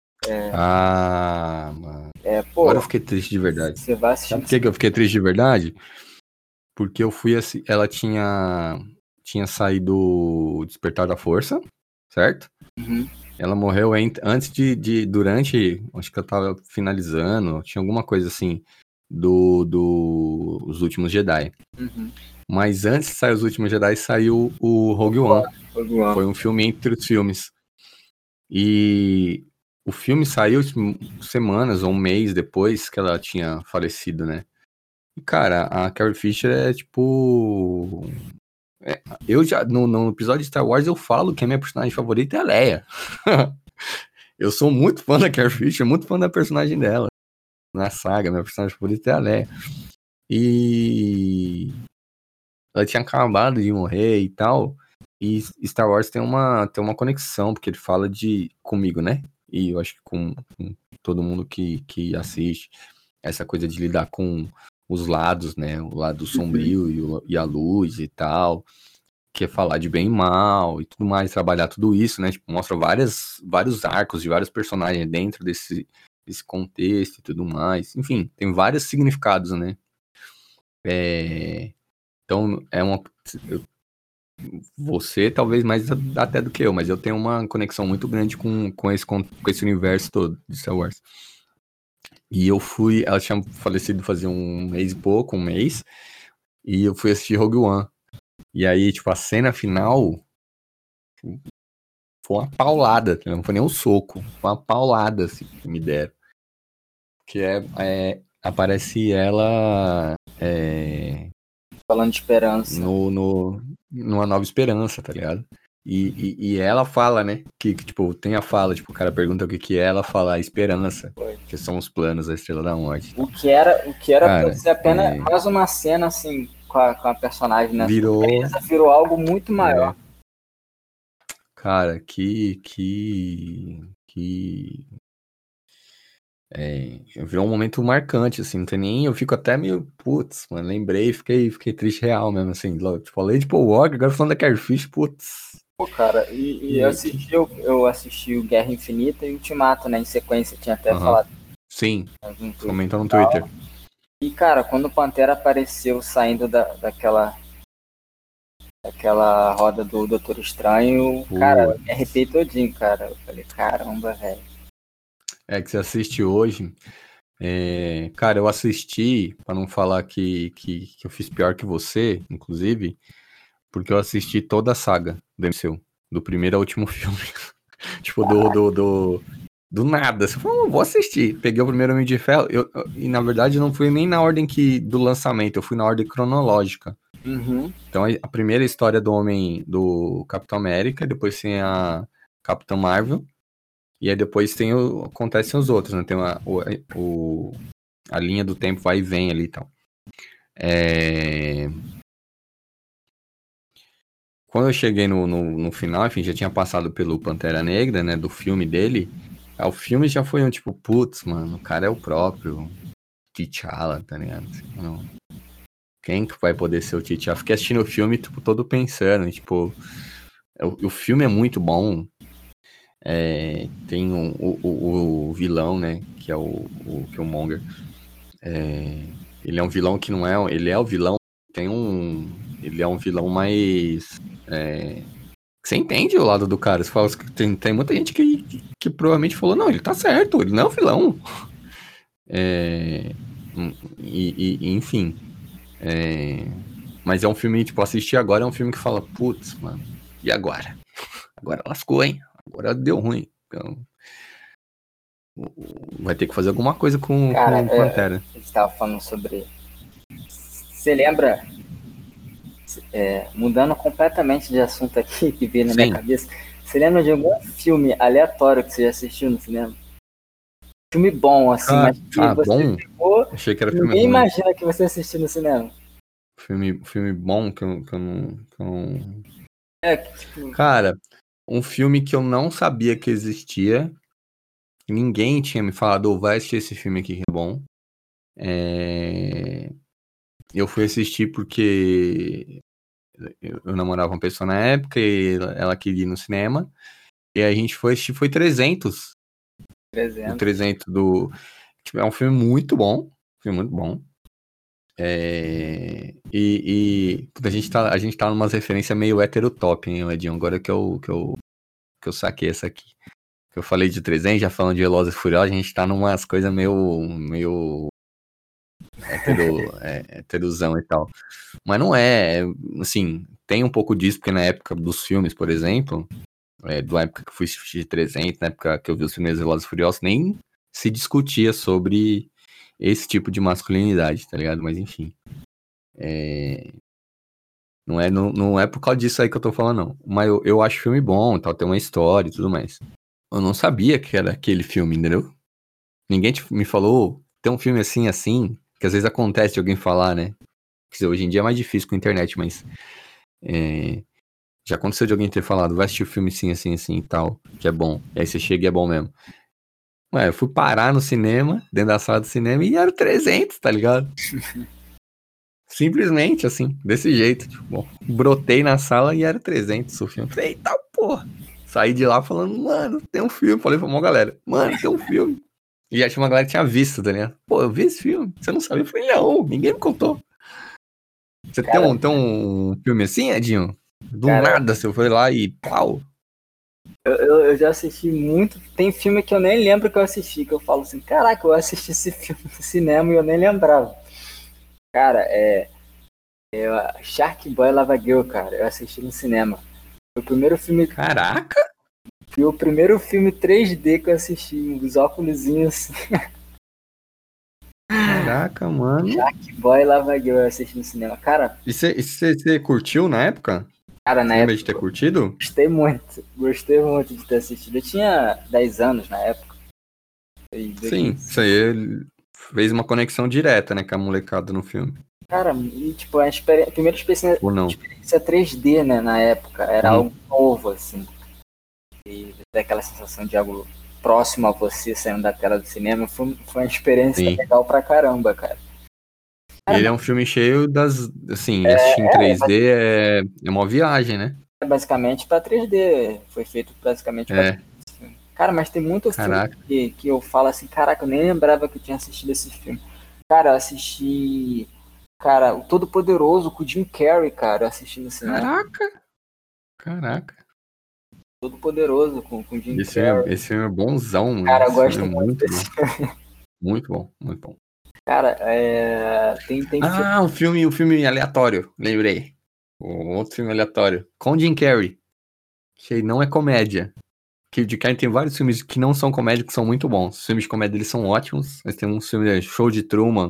Ah, mano. É, Agora eu pô, fiquei triste de verdade. você vai Sabe assistindo. por que que eu fiquei triste de verdade? Porque eu fui assim, ela tinha tinha saído o Despertar da Força, certo? Uhum, Ela morreu ent- antes de, de durante, acho que eu tava finalizando, tinha alguma coisa assim do do Os Últimos Jedi. uhum. Mas antes de sair Os Últimos Jedi saiu o Rogue One. Rogue One. Foi um filme entre os filmes. E o filme saiu tipo, semanas ou um mês depois que ela tinha falecido, né? E, cara, a Carrie Fisher é tipo. é, eu já, no, no episódio de Star Wars, eu falo que a minha personagem favorita é a Leia. Eu sou muito fã da Carrie Fisher, muito fã da personagem dela. Na saga, minha personagem favorita é a Leia. E ela tinha acabado de morrer e tal. E Star Wars tem uma, tem uma conexão, porque ele fala de comigo, né? E eu acho que com, com todo mundo que, que assiste, essa coisa de lidar com os lados, né? O lado sombrio e, o- e a luz e tal, que é falar de bem e mal e tudo mais, trabalhar tudo isso, né? Tipo, mostra várias, vários arcos de vários personagens dentro desse, desse contexto e tudo mais. Enfim, tem vários significados, né? É, então, é uma. eu- Você, talvez mais até do que eu, mas eu tenho uma conexão muito grande com, com, esse, con- com esse universo todo de Star Wars. E eu fui. Ela tinha falecido fazia um mês e pouco, um mês. E eu fui assistir Rogue One. E aí, tipo, a cena final foi uma paulada, tá? Não foi nem um soco. Foi uma paulada, assim, que me deram. Que é. é aparece ela. É, Falando de esperança. no, no, numa Nova Esperança, tá ligado? E, e, e ela fala, né? Que, que, tipo, tem a fala, tipo, o cara pergunta o que que é, ela fala a esperança, Foi. que são os planos da Estrela da Morte e O tal. que era, o que era pra Cara, ser apenas é, mais uma cena assim com a, com a personagem, né? virou, Surpresa, virou algo muito maior. é, cara, que, que, que, é, virou um momento marcante, assim, não tem nem, eu fico até meio, putz, mano, lembrei, fiquei, fiquei triste real mesmo, assim, logo, tipo, falei de Paul Walker, agora falando da Carrie Fisher, putz, Pô, cara, e, e eu que, que, assisti, eu, eu assisti o Guerra Infinita e Ultimato, né? Em sequência, tinha até aham, falado sim, no Twitter comentou e no tal. Twitter. E, cara, quando o Pantera apareceu saindo da, daquela, daquela roda do Doutor Estranho, cara, eu me Putz. arrepiei todinho, cara. Eu falei, caramba, velho. É que você assiste hoje. É, cara, eu assisti, pra não falar que, que, que eu fiz pior que você, inclusive, porque eu assisti toda a saga do M C U, do primeiro ao último filme. Tipo, do, do, do, do nada. Você falou, "Não, vou assistir." Peguei o primeiro Homem de Ferro, eu, eu- e na verdade não fui nem na ordem que, do lançamento, eu fui na ordem cronológica. Uhum. Então a a primeira história do Homem, do Capitão América, depois tem a Capitã Marvel. E aí depois tem o, acontecem os outros, né? Tem a, o, o- a linha do tempo vai e vem ali e tal. É, quando eu cheguei no, no, no final, enfim, já tinha passado pelo Pantera Negra, né? Do filme dele. Aí o filme já foi um tipo, putz, mano, o cara é o próprio T'Challa, tá ligado? Assim, não, quem que vai poder ser o T'Challa? Fiquei assistindo o filme, tipo, todo pensando, tipo, o, o filme é muito bom. É, tem um, o, o, o vilão, né? Que é o, o Killmonger. É, ele é um vilão que não é. Ele é o vilão. Tem um. Ele é um vilão mais. É, você entende o lado do cara. Você fala que tem, tem muita gente que, que, que provavelmente falou: não, ele tá certo, ele não é o vilão. É, e, e- enfim. É, mas é um filme, tipo, assistir agora é um filme que fala: putz, mano, e agora? Agora lascou, hein? Agora deu ruim. Então, vai ter que fazer alguma coisa com, Cara, com o é, Pantera. a gente tava falando sobre. Você lembra, é, mudando completamente de assunto aqui, que veio na minha Sim. cabeça, você lembra de algum filme aleatório que você já assistiu no cinema? Filme bom, assim, Cara, mas que ah, você bom. ficou, Achei que era filme ninguém ruim. imagina que você assistiu no cinema. Filme, filme bom que eu, que eu não. Que eu não... É, tipo, Cara, um filme que eu não sabia que existia, ninguém tinha me falado, "Ô, vai assistir esse filme aqui que é bom. É, Eu fui assistir porque eu, eu namorava uma pessoa na época e ela ela queria ir no cinema. E a gente foi assistir, foi trezentos. O trezentos. trezentos do... Tipo, é um filme muito bom. Filme muito bom. É, E, e puta, a gente tá, a gente tá numa referência meio heterotop, hein, Edinho? Agora que eu, que eu, que eu saquei essa aqui. Que eu falei de trezentos, já falando de Velozes e Furiosos, a gente tá numas coisas meio, meio hetero, é, heterosão e tal. Mas não é, é, assim, tem um pouco disso, porque na época dos filmes, por exemplo, é, da época que eu fui assistir trezentos, na época que eu vi os filmes Velozes e Furiosos, nem se discutia sobre esse tipo de masculinidade, tá ligado? Mas enfim. É, Não é, não, não é por causa disso aí que eu tô falando, não. Mas eu, eu acho filme bom, tal, tem uma história e tudo mais. Eu não sabia que era aquele filme, entendeu? Ninguém te- me falou, tem um filme assim, assim, que às vezes acontece de alguém falar, né? Quer dizer, hoje em dia é mais difícil com a internet, mas é, já aconteceu de alguém ter falado, vai assistir o filme assim, assim, assim e tal, que é bom. E aí você chega e é bom mesmo. Ué, eu fui parar no cinema, dentro da sala do cinema, e era o trezentos, tá ligado? Simplesmente, assim, desse jeito. Tipo, bom, brotei na sala e era trezentos o filme. Falei, eita porra! Saí de lá falando, mano, tem um filme. Falei pra uma galera, mano, tem um filme. E já tinha uma galera que tinha visto, tá ligado? Pô, eu vi esse filme. Você não sabia? Eu falei, não, ninguém me contou. Você tem Cara, um, tem um filme assim, Edinho? Do cara, nada, você foi lá e pau. eu, eu, eu já assisti muito. Tem filme que eu nem lembro que eu assisti, que eu falo assim, caraca, eu assisti esse filme no cinema e eu nem lembrava. Cara, é. é Shark Boy Lava Girl, cara. Eu assisti no cinema. Foi o primeiro filme. Caraca! Foi o primeiro filme três D que eu assisti, os óculosinhos. Caraca, mano. Shark Boy Lava Girl eu assisti no cinema. Cara, E você curtiu na época? cara, Você na lembra de época ter curtido? gostei muito. Gostei muito de ter assistido. Eu tinha dez anos na época. Foi Sim, dois mil e cinco. isso aí fez uma conexão direta, né, com a molecada no filme. Cara, e tipo, a, experi- a primeira experiência, Ou não? experiência três D, né, na época, era Uhum. algo novo, assim. E daquela sensação de algo próximo a você saindo da tela do cinema. Foi, foi uma experiência Sim. legal pra caramba, cara. Cara, Ele é um filme cheio das. Assim, assistir em é, três D é, é uma viagem, né? é basicamente pra três D. Foi feito basicamente pra É. três D. Cara, mas tem muito filme Caraca. que, que eu falo assim, caraca, eu nem lembrava que eu tinha assistido esse filme. Cara, eu assisti. Cara, o Todo-Poderoso com o Jim Carrey, cara, eu assisti no cinema. Caraca. Caraca. Todo-Poderoso com, com o Jim Esse filme, é, Carrey. esse filme é bonzão, mano. Cara, eu Esse filme é gosto muito muito desse. bom. Muito bom, muito bom. Cara, é... tem, tem filme. Ah, o filme, o filme aleatório. Lembrei. Um outro filme aleatório. Com Jim Carrey. Que não é comédia. Que o Jim Carrey tem vários filmes que não são comédia, que são muito bons. Os filmes de comédia eles são ótimos. Mas tem um filme, Show de Truman,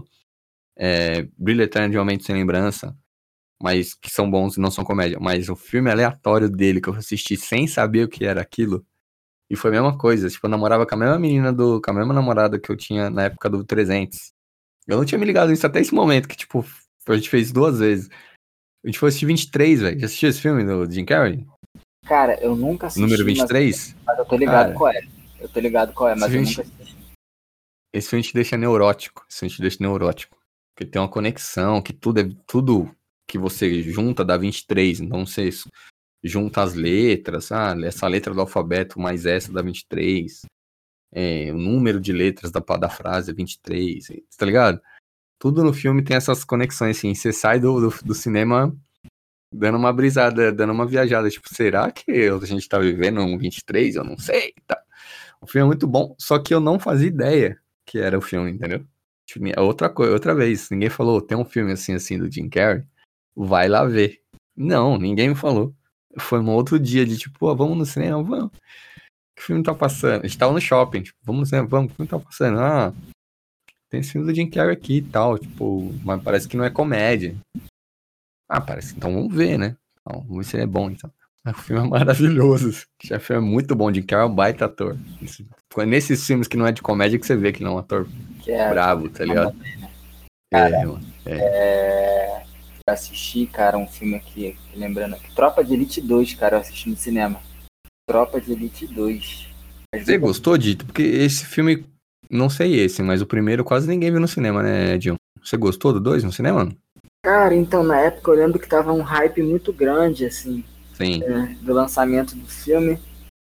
é, Brilho Eterno de uma Mente Sem Lembrança, mas que são bons e não são comédia. Mas o filme aleatório dele, que eu assisti sem saber o que era aquilo, e foi a mesma coisa. Tipo, eu namorava com a mesma menina, do, com a mesma namorada que eu tinha na época do trezentos. Eu não tinha me ligado nisso até esse momento, que tipo, a gente fez duas vezes. A gente foi assistir vinte e três, velho. Já assistiu esse filme do Jim Carrey? Cara, eu nunca assisti, Número mas, vinte e três? mas eu tô ligado Cara, qual é. Eu tô ligado qual é, mas eu esse nunca filme, assisti. esse filme te deixa neurótico. Esse filme te deixa neurótico. Porque tem uma conexão, que tudo é tudo que você junta dá vinte e três. Então você junta as letras, ah, essa letra do alfabeto mais essa dá vinte e três. É, o número de letras da, da frase é vinte e três, tá ligado? Tudo no filme tem essas conexões, assim. Você sai do, do, do cinema dando uma brisada, dando uma viajada. Tipo, será que a gente tá vivendo um vinte e três? Eu não sei, tá? O filme é muito bom, só que eu não fazia ideia que era o filme, entendeu? Tipo, é outra coisa, outra vez. Ninguém falou, tem um filme assim, assim, do Jim Carrey, vai lá ver. Não, ninguém me falou. Foi um outro dia de tipo, pô, vamos no cinema, vamos. Que filme tá passando? A gente tava no shopping, tipo, vamos no cinema, vamos, que filme tá passando? Ah, tem esse filme do Jim Carrey aqui e tal, tipo, mas parece que não é comédia. Ah, parece, então vamos ver, né? Então, vamos ver se ele é bom, então. O filme é maravilhoso. O chefe é muito bom, Jim Carrey é um baita ator. Nesses filmes que não é de comédia que você vê que ele é um ator Que é, bravo, tá ligado? Cara, É, mano. É. é... pra assistir, cara, um filme aqui, lembrando aqui. Tropa de Elite dois, cara, eu assisti no cinema. Tropa de Elite dois. Às Você vezes eu- gostou, Dito? Porque esse filme, não sei esse, mas o primeiro quase ninguém viu no cinema, né, Edil? Você gostou do dois no cinema? Cara, então na época eu lembro que tava um hype muito grande, assim, Sim. né, do lançamento do filme.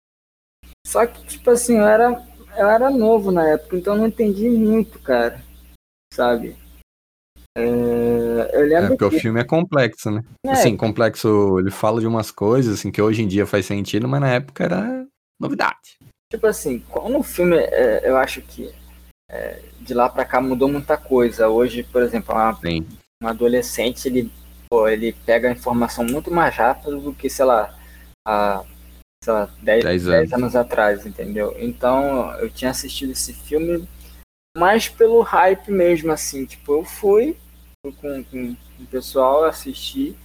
Só que, tipo assim, eu era, eu era novo na época, então eu não entendi muito, cara, sabe? É, eu É, lembro porque o que, filme é complexo, né? né, Assim, complexo, ele fala de umas coisas, assim, que hoje em dia faz sentido, mas na época era novidade. tipo assim, quando o filme, é, eu acho que de lá pra cá mudou muita coisa. Hoje, por exemplo, uma, Sim, um adolescente, ele, pô, ele pega a informação muito mais rápido do que, sei lá, há, sei lá, dez dez dez anos. anos atrás, entendeu? Então, eu tinha assistido esse filme mais pelo hype mesmo, assim, tipo, eu fui, fui com, com, com o pessoal assistir,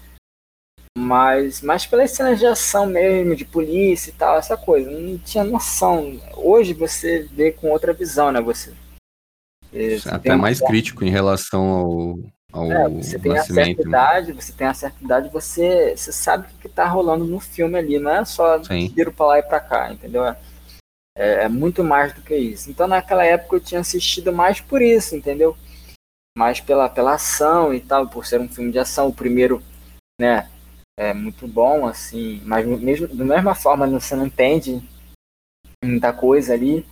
mas mais pelas cenas de ação mesmo, de polícia e tal, essa coisa, não tinha noção. Hoje você vê com outra visão, né? Você, eh, você tem Até uma mais crítico em relação ao, É, ao você tem a certa nascimento. idade, você tem a certa idade, você, você sabe o que está rolando no filme ali, não é só Sim, tiro para lá e para cá, entendeu? É, é muito mais do que isso. Então naquela época eu tinha assistido mais por isso, entendeu? Mais pela, pela ação e tal, por ser um filme de ação. O primeiro, né, é muito bom, assim, mas mesmo, da mesma forma você não entende muita coisa ali.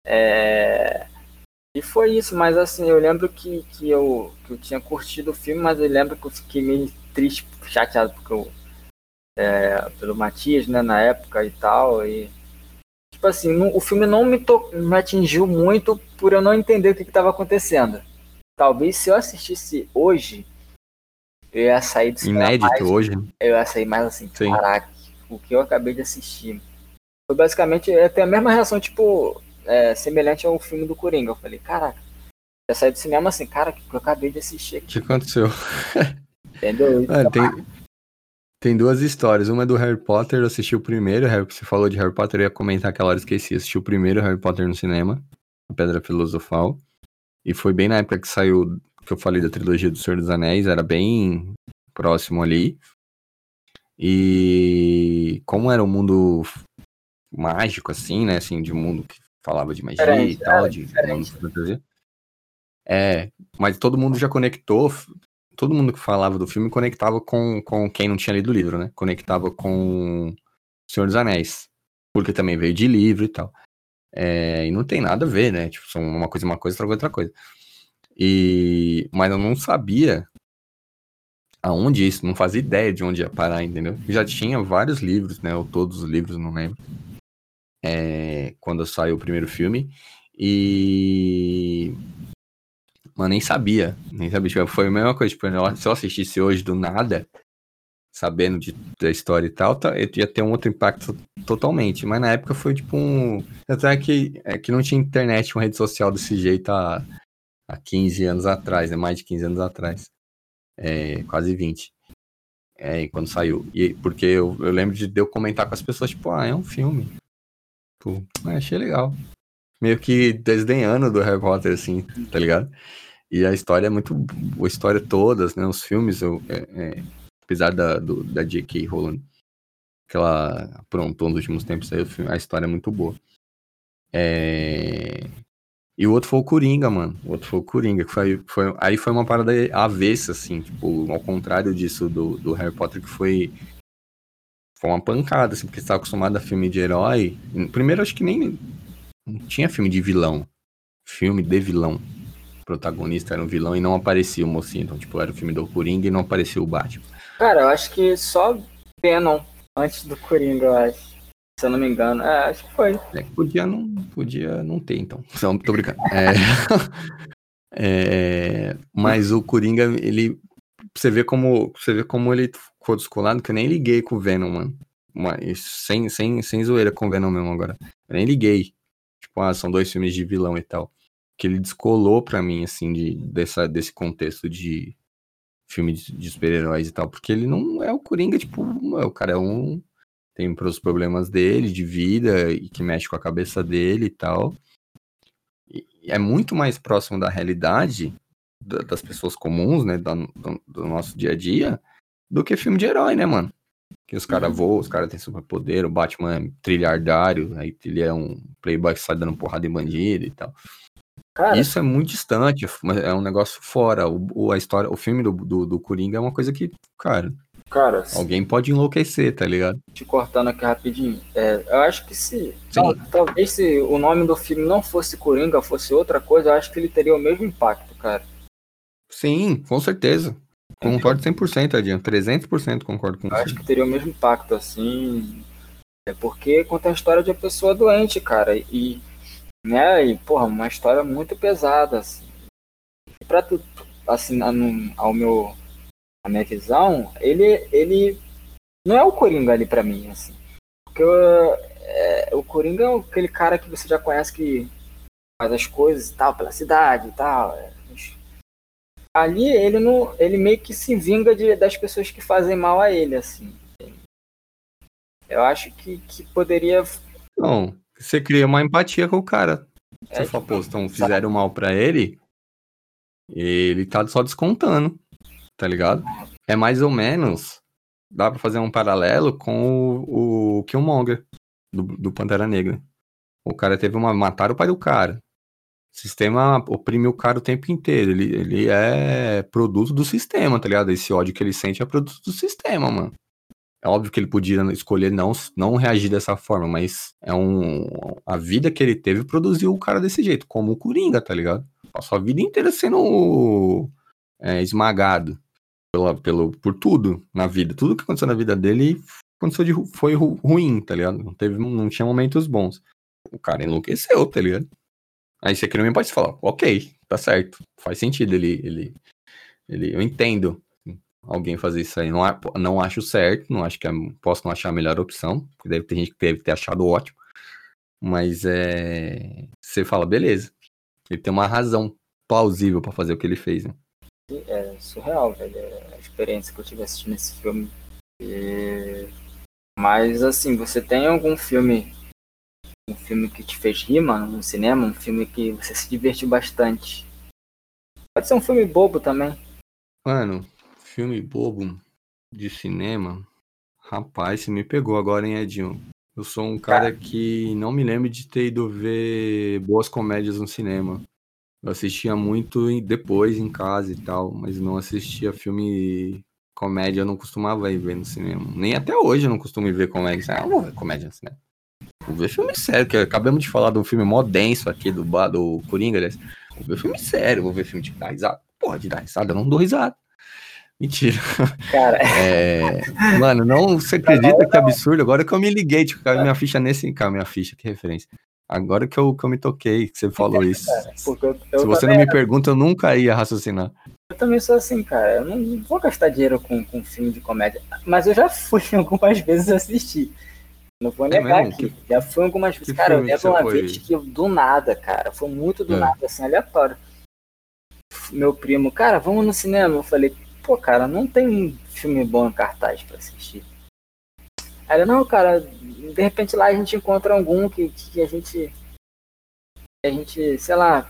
É, e foi isso, mas assim, eu lembro que, que, eu, que eu tinha curtido o filme, mas eu lembro que eu fiquei meio triste, chateado porque eu, é, pelo Matias, né, na época e tal. E, tipo assim, não- o filme não me, to, me atingiu muito por eu não entender o que estava acontecendo. Talvez se eu assistisse hoje, eu ia sair do cinema inédito mais, hoje. eu ia sair mais assim, Sim. caraca, o que eu acabei de assistir. Foi basicamente, eu tenho a mesma reação, tipo, é, semelhante ao filme do Coringa. Eu falei, caraca, eu saí do cinema assim, cara, o que eu acabei de assistir O que aqui, aconteceu? entendeu? Mano, tem, tem duas histórias. Uma é do Harry Potter, eu assisti o primeiro, Harry, você falou de Harry Potter, eu ia comentar aquela hora, esqueci. Assisti o primeiro Harry Potter no cinema, a Pedra Filosofal. E foi bem na época que saiu, que eu falei da trilogia do Senhor dos Anéis, era bem próximo ali. E como era um mundo mágico, assim, né? Assim, de um mundo que falava de magia e Diferente, tal, era de mundo diferente. de fantasia. É, mas todo mundo já conectou, todo mundo que falava do filme conectava com, com quem não tinha lido o livro, né? Conectava com Senhor dos Anéis, porque também veio de livro e tal. É, e não tem nada a ver, né? Tipo, são uma coisa uma coisa, outra coisa outra coisa. E, mas eu não sabia aonde isso, não fazia ideia de onde ia parar, entendeu? Já tinha vários livros, né? Ou todos os livros, não lembro. É, quando saiu o primeiro filme. E mas nem sabia, nem sabia. Tipo, foi a mesma coisa, tipo, se eu assistisse hoje do nada, sabendo de, da história e tal, tá, eu ia ter um outro impacto totalmente. Mas na época foi tipo um. Até que, é que não tinha internet, uma rede social desse jeito há, há quinze anos atrás, né? Mais de quinze anos atrás. É, quase vinte. É, quando saiu. E, porque eu, eu lembro de eu comentar com as pessoas, tipo, ah, é um filme. Tipo, ah, achei legal. Meio que desdenhando do Harry Potter, assim, tá ligado? E a história é muito. A história todas, né? Os filmes, eu, é, é, apesar da, do, da J K. Rowling, que ela aprontou nos últimos tempos, aí, o filme- a história é muito boa. É... E o outro foi o Coringa, mano. O outro foi o Coringa, que foi, foi, aí foi uma parada avessa, assim, tipo, ao contrário disso do, do Harry Potter, que foi, foi uma pancada, assim, porque você tá acostumado a filme de herói. Primeiro, acho que nem não tinha filme de vilão. Filme de vilão. O protagonista era um vilão e não aparecia o mocinho. Então, tipo, era o filme do Coringa e não aparecia o Batman. Cara, eu acho que só Venom antes do Coringa, eu acho. Se eu não me engano. É, acho que foi. É, podia não, podia não ter, então. Não, tô brincando. É, é, mas o Coringa, ele. Você vê como, você vê como ele ficou descolado, que eu nem liguei com o Venom, mano. Mas sem, sem, sem zoeira com o Venom mesmo agora. Eu nem liguei. Tipo, ah, são dois filmes de vilão e tal. Que ele descolou pra mim, assim, de, dessa, desse contexto de filme de, de super-heróis e tal. Porque ele não é o Coringa, tipo, o cara é um. Tem os problemas dele, de vida, e que mexe com a cabeça dele e tal. E é muito mais próximo da realidade da- das pessoas comuns, né, da- do, do nosso dia a dia, do que filme de herói, né, mano? Que os caras voam, os caras têm superpoder, o Batman é trilhardário, aí ele é um playboy que sai dando porrada em bandido e tal. Cara, Isso é muito distante, mas é um negócio fora. O, o- a história, o filme do, do, do Coringa é uma coisa que, cara, cara, se- alguém pode enlouquecer, tá ligado? te cortando aqui rapidinho, é, eu acho que se. Não, Sim, talvez se o nome do filme não fosse Coringa, fosse outra coisa, eu acho que ele teria o mesmo impacto, cara. sim, com certeza. Concordo cem por cento, Adriano. trezentos por cento concordo com Eu acho você. que teria o mesmo impacto, assim. É porque conta a história de uma pessoa doente, cara. E, né, e, porra, uma história muito pesada, assim. E pra tu, assim, a- no- ao meu, a minha visão, ele, ele não é o Coringa ali pra mim, assim. Porque eu- é, o Coringa é aquele cara que você já conhece que faz as coisas e tal, pela cidade e tal. é, mas ali ele não, ele meio que se vinga de, das pessoas que fazem mal a ele, assim. Eu acho que, que poderia. Não, você cria uma empatia com o cara. Você É, fala, tipo, pô, então fizeram mal pra ele, ele tá só descontando, tá ligado? É mais ou menos, dá pra fazer um paralelo com o, o Killmonger, do, do Pantera Negra. O cara teve uma. Mataram o pai do cara. O sistema oprime o cara o tempo inteiro. Ele, ele é produto do sistema, tá ligado? Esse ódio que ele sente é produto do sistema, mano. É óbvio que ele podia escolher não, não reagir dessa forma, mas é um. A vida que ele teve produziu o cara desse jeito, como o Coringa, tá ligado? Passou a vida inteira sendo é, esmagado pela, pelo, por tudo na vida. Tudo que aconteceu na vida dele aconteceu de, ru- foi ru- ruim, tá ligado? Não, teve, não tinha momentos bons. O cara enlouqueceu, tá ligado? Aí você cria uma empatia e fala, ok, tá certo, faz sentido, ele, ele, ele, eu entendo alguém fazer isso aí. Não, a- não acho certo, não acho que é, posso não achar a melhor opção, porque deve ter gente que deve ter achado ótimo, mas é, você fala, beleza, ele tem uma razão plausível pra fazer o que ele fez, né? é surreal, velho. é A experiência que eu tive assistindo esse filme. E- Mas, assim, você tem algum filme, um filme que te fez rir, mano, no cinema? Um filme que você se divertiu bastante? Pode ser um filme bobo também. Mano, filme bobo de cinema, rapaz, você me pegou agora, hein, Edinho? Eu sou um cara que não me lembro de ter ido ver boas comédias no cinema. Eu assistia muito em- depois em casa e tal, mas não assistia filme comédia, eu não costumava ir ver no cinema. Nem até hoje eu não costumo ir ver comédia. Ah, eu não vou ver comédia no cinema. Vou ver filme sério, que acabamos de falar de um filme mó denso aqui do, Ba- do Coringa, aliás. Vou ver filme sério, vou ver filme de dar risada. Porra, de dar risada, eu não dou risada. Mentira. Cara, É... Mano, não, você acredita que absurdo? Agora que eu me liguei, tipo, caiu minha ficha nesse. Caiu minha ficha, que referência. Agora que eu, que eu me toquei, que você falou isso. porque eu, Se eu você não também, me pergunta, eu nunca ia raciocinar. eu também sou assim, cara. Eu não vou gastar dinheiro com, com filme de comédia. Mas eu já fui algumas vezes assistir. Não vou É negar mesmo? Que, aqui. Já fui algumas vezes. que Cara, eu filme que lembro você uma foi vez ver? que eu, do nada, cara, foi muito do É. nada, assim, aleatório. Meu primo, cara, vamos no cinema. Eu falei, pô, cara, não tem um filme bom em cartaz pra assistir. Aí ele, não, cara, de repente lá a gente encontra algum que, que a gente. Que a gente, sei lá,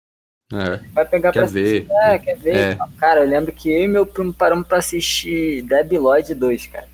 É. vai pegar pra Quer assistir. ver? É, quer ver? e É. tal. Cara, eu lembro que eu e meu primo paramos pra assistir Debi Lloyd dois, cara.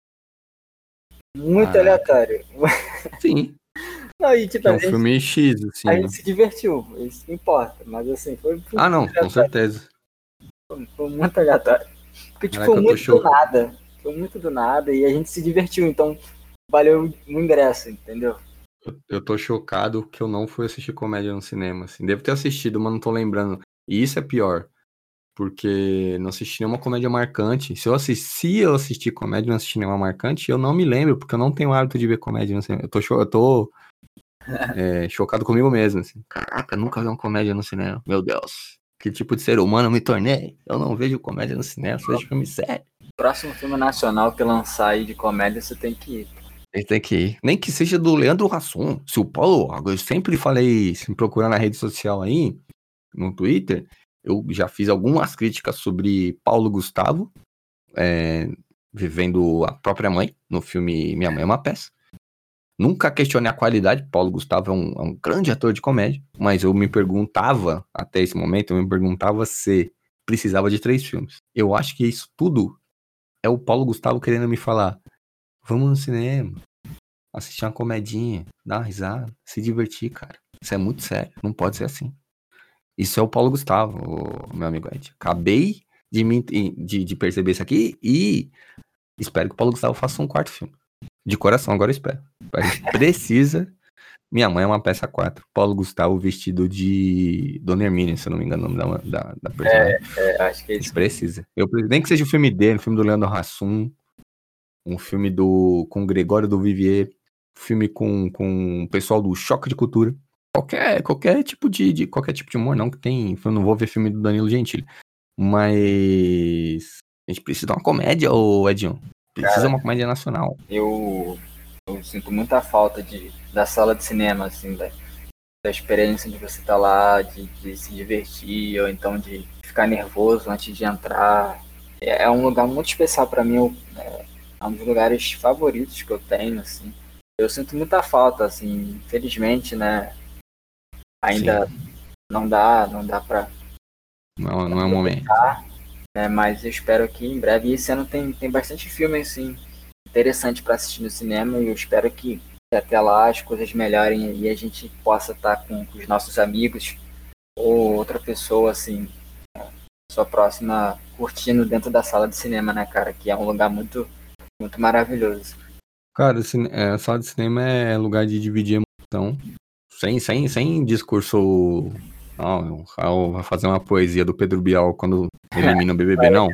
Muito Caraca. aleatório. Sim. Não, e tipo, Que é a um gente, filme X, a assim, gente né? se divertiu, isso que importa. Mas assim, foi, foi Ah, muito não, com aleatório. certeza. Foi, foi muito aleatório. Porque tipo, foi Caraca, eu tô muito do show. nada. Foi muito do nada e a gente se divertiu, então valeu o ingresso, entendeu? Eu tô chocado que eu não fui assistir comédia no cinema, assim. Devo ter assistido, mas não tô lembrando. E isso é pior, porque não assisti nenhuma comédia marcante. Se eu assisti, se eu assistir comédia e não assisti nenhuma marcante, eu não me lembro, porque eu não tenho hábito de ver comédia no cinema. Eu tô, cho- eu tô é, chocado comigo mesmo, assim. Caraca, nunca vi uma comédia no cinema. Meu Deus. Que tipo de ser humano eu me tornei? Eu não vejo comédia no cinema, só vejo filme sério. Próximo filme nacional que lançar aí de comédia, você tem que ir. Ele tem que ir. Nem que seja do Leandro Hassum. Se o Paulo, eu sempre falei, se me procurar na rede social aí, no Twitter, eu já fiz algumas críticas sobre Paulo Gustavo, é, vivendo a própria mãe, no filme Minha Mãe é uma Peça. Nunca questionei a qualidade. Paulo Gustavo é um, é um grande ator de comédia, mas eu me perguntava, até esse momento, eu me perguntava se precisava de três filmes. Eu acho que isso tudo é o Paulo Gustavo querendo me falar: vamos no cinema, assistir uma comedinha, dar uma risada, se divertir, cara. Isso é muito sério, não pode ser assim. Isso é o Paulo Gustavo, meu amigo Ed. Acabei de, me, de, de perceber isso aqui e espero que o Paulo Gustavo faça um quarto filme. De coração, agora eu espero. A gente precisa. Minha Mãe é uma peça quatro. Paulo Gustavo vestido de Dona Hermínia, se eu não me engano o nome da, da, da personagem. É, é, acho que é A gente isso. precisa. Eu, nem que seja o filme dele, o filme do Leandro Hassum, um filme do, com o Gregório do Vivier, filme com, com o pessoal do Choque de Cultura. Qualquer, qualquer tipo de, de qualquer tipo de humor, não que tem. Eu não vou ver filme do Danilo Gentili. Mas a gente precisa de uma comédia, ô Edinho. Precisa Cara, de uma comédia nacional. Eu, eu sinto muita falta de, da sala de cinema, assim, da, da experiência de você estar lá, de, de se divertir, ou então de ficar nervoso antes de entrar. É, é um lugar muito especial para mim, eu, é, é um dos lugares favoritos que eu tenho, assim. Eu sinto muita falta, assim, infelizmente, né? Ainda Sim. não dá, não dá para Não, não é um momento. né, mas eu espero que em breve. E esse ano tem, tem bastante filme, assim, interessante para assistir no cinema, e eu espero que até lá as coisas melhorem e a gente possa estar com, com os nossos amigos ou outra pessoa, assim, sua próxima, curtindo dentro da sala de cinema, né, cara? Que é um lugar muito, muito maravilhoso. Cara, cine- é, a sala de cinema é lugar de dividir emoção. Sem, sem, sem discurso. Não, eu vou fazer uma poesia do Pedro Bial quando elimina o B B B, não.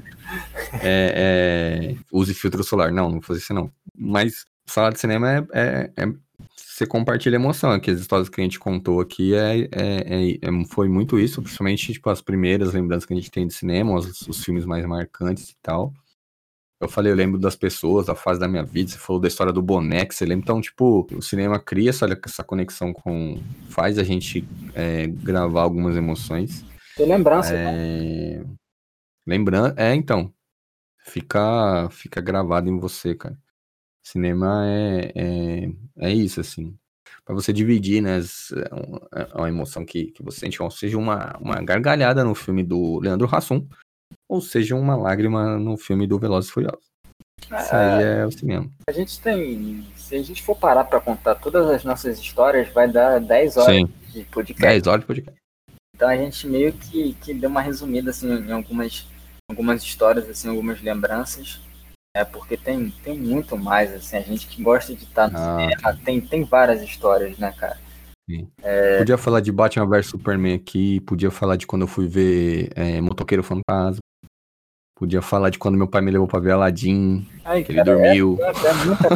É, é, use filtro solar. Não, não vou fazer isso, não. Mas sala de cinema é, é, é você compartilha emoção. Aqui, as histórias que a gente contou aqui é, é, é, é- foi muito isso, principalmente tipo, as primeiras lembranças que a gente tem de cinema, os, os filmes mais marcantes e tal. Eu falei, eu lembro das pessoas, da fase da minha vida, você falou da história do boneco, você lembra? Então, tipo, o cinema cria essa, essa conexão com... faz a gente é, gravar algumas emoções. Tem lembrança, né? É... Lembrando, é, então, fica, fica gravado em você, cara. Cinema é, é, é isso, assim. Pra você dividir, né, as- é uma emoção que, que você sente, ou seja, uma, uma gargalhada no filme do Leandro Hassum, ou seja, uma lágrima no filme do Velozes e Furiosos. Isso aí é o cinema. A gente tem. Se a gente for parar para contar todas as nossas histórias, vai dar dez horas Sim, de podcast. dez horas de podcast. Então a gente meio que, que deu uma resumida assim, em algumas, algumas histórias, assim, algumas lembranças. É porque tem, tem muito mais, assim, a gente que gosta de estar no Ah, cinema, tem, tem várias histórias, né, cara? sim. Podia falar de Batman versus Superman aqui, podia falar de quando eu fui ver é, Motoqueiro Fantasma, podia falar de quando meu pai me levou pra ver Aladdin, Ai, que ele cara, é, dormiu. é, é muita,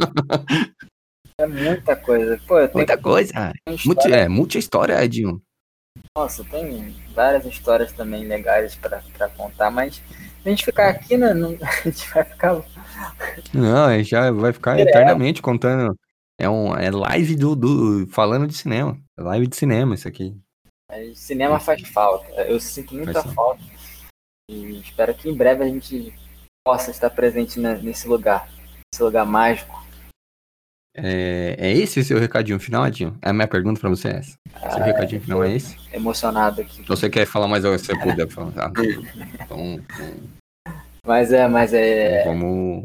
é muita coisa. Pô, eu tenho, Muita coisa, cara. tenho Multi, história, é, muita história, Edinho. nossa, tem várias histórias também legais pra, pra contar, mas se a gente ficar aqui, né, não, a gente vai ficar Não, aí já vai ficar direto. eternamente contando. É, um, é live do, do. Falando de cinema. É live de cinema, isso aqui. Mas cinema faz falta, eu sinto muita Faz- falta e espero que em breve a gente possa estar presente ne- nesse lugar, nesse lugar mágico. É, é esse o seu recadinho final, Edinho? A minha pergunta pra você é essa. Seu recadinho Eu final tô é esse? emocionado aqui. Se você quer falar mais algo, se você puder falar. Ah, então, Mas é, mas então é. vamos.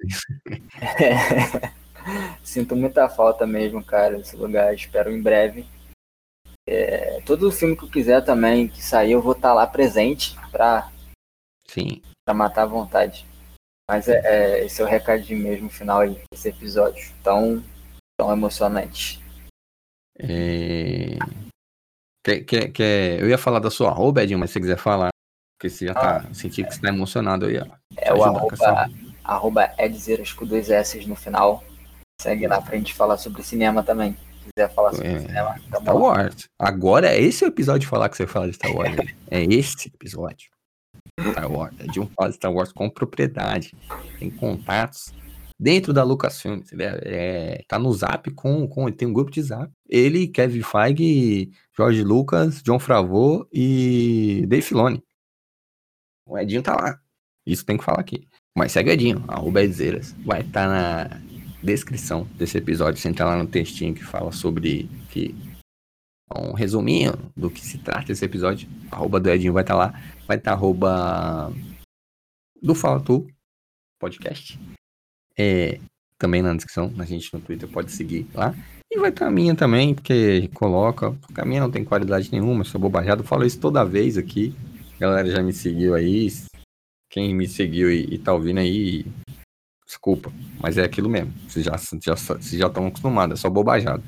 Sinto muita falta mesmo, cara, desse lugar. Espero em breve. É, todo filme que eu quiser também que sair, eu vou estar lá presente pra, Sim. pra matar a vontade. Mas é, é, esse é o recadinho mesmo final aí desse episódio. Tão, tão emocionante. É... Quer, quer, quer... Eu ia falar da sua arroba, Edinho, mas se você quiser falar, porque você já tá. Ah, Senti que você tá emocionado, eu ia te é o ajudar com essa arroba, arroba. arroba Edzeiras com dois S no final. Segue lá pra gente falar sobre cinema também. Se quiser falar sobre cinema, É, tamo Star lá. Wars. Agora é esse o episódio de falar que você fala de Star Wars. Né? É esse episódio. Star Wars. É de um fala de Star Wars com propriedade. Tem contatos dentro da Lucasfilm. É, é, tá no Zap com, com. Tem um grupo de Zap. Ele, Kevin Feige, Jorge Lucas, John Favreau e Dave Filoni. O Edinho tá lá. Isso tem que falar aqui. Mas segue o Edinho, arroba Edzeiras. Vai estar tá na descrição desse episódio. Você entra lá no textinho que fala sobre... que um resuminho do que se trata esse episódio. Arroba do Edinho vai estar lá. Vai estar arroba do Fala Tu Podcast. É, também na descrição. A gente no Twitter pode seguir lá. E vai estar a minha também, porque coloca. Porque a minha não tem qualidade nenhuma, sou bobajado. Falo isso toda vez aqui. A galera já me seguiu aí. Quem me seguiu e, e tá ouvindo aí, desculpa. Mas é aquilo mesmo. Vocês já estão já, vocês já estão acostumados, é só bobajado.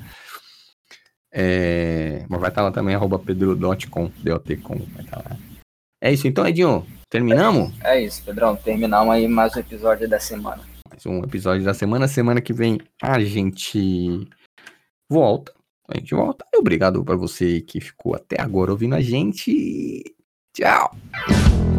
É, mas vai estar lá também, arroba pedro ponto com, D O T com, vai estar lá. É isso então, Edinho. Terminamos? É isso, Pedrão. Terminamos aí mais um episódio da semana. Mais um episódio da semana. Semana que vem a gente volta. A gente volta. E obrigado para você que ficou até agora ouvindo a gente. Tchau.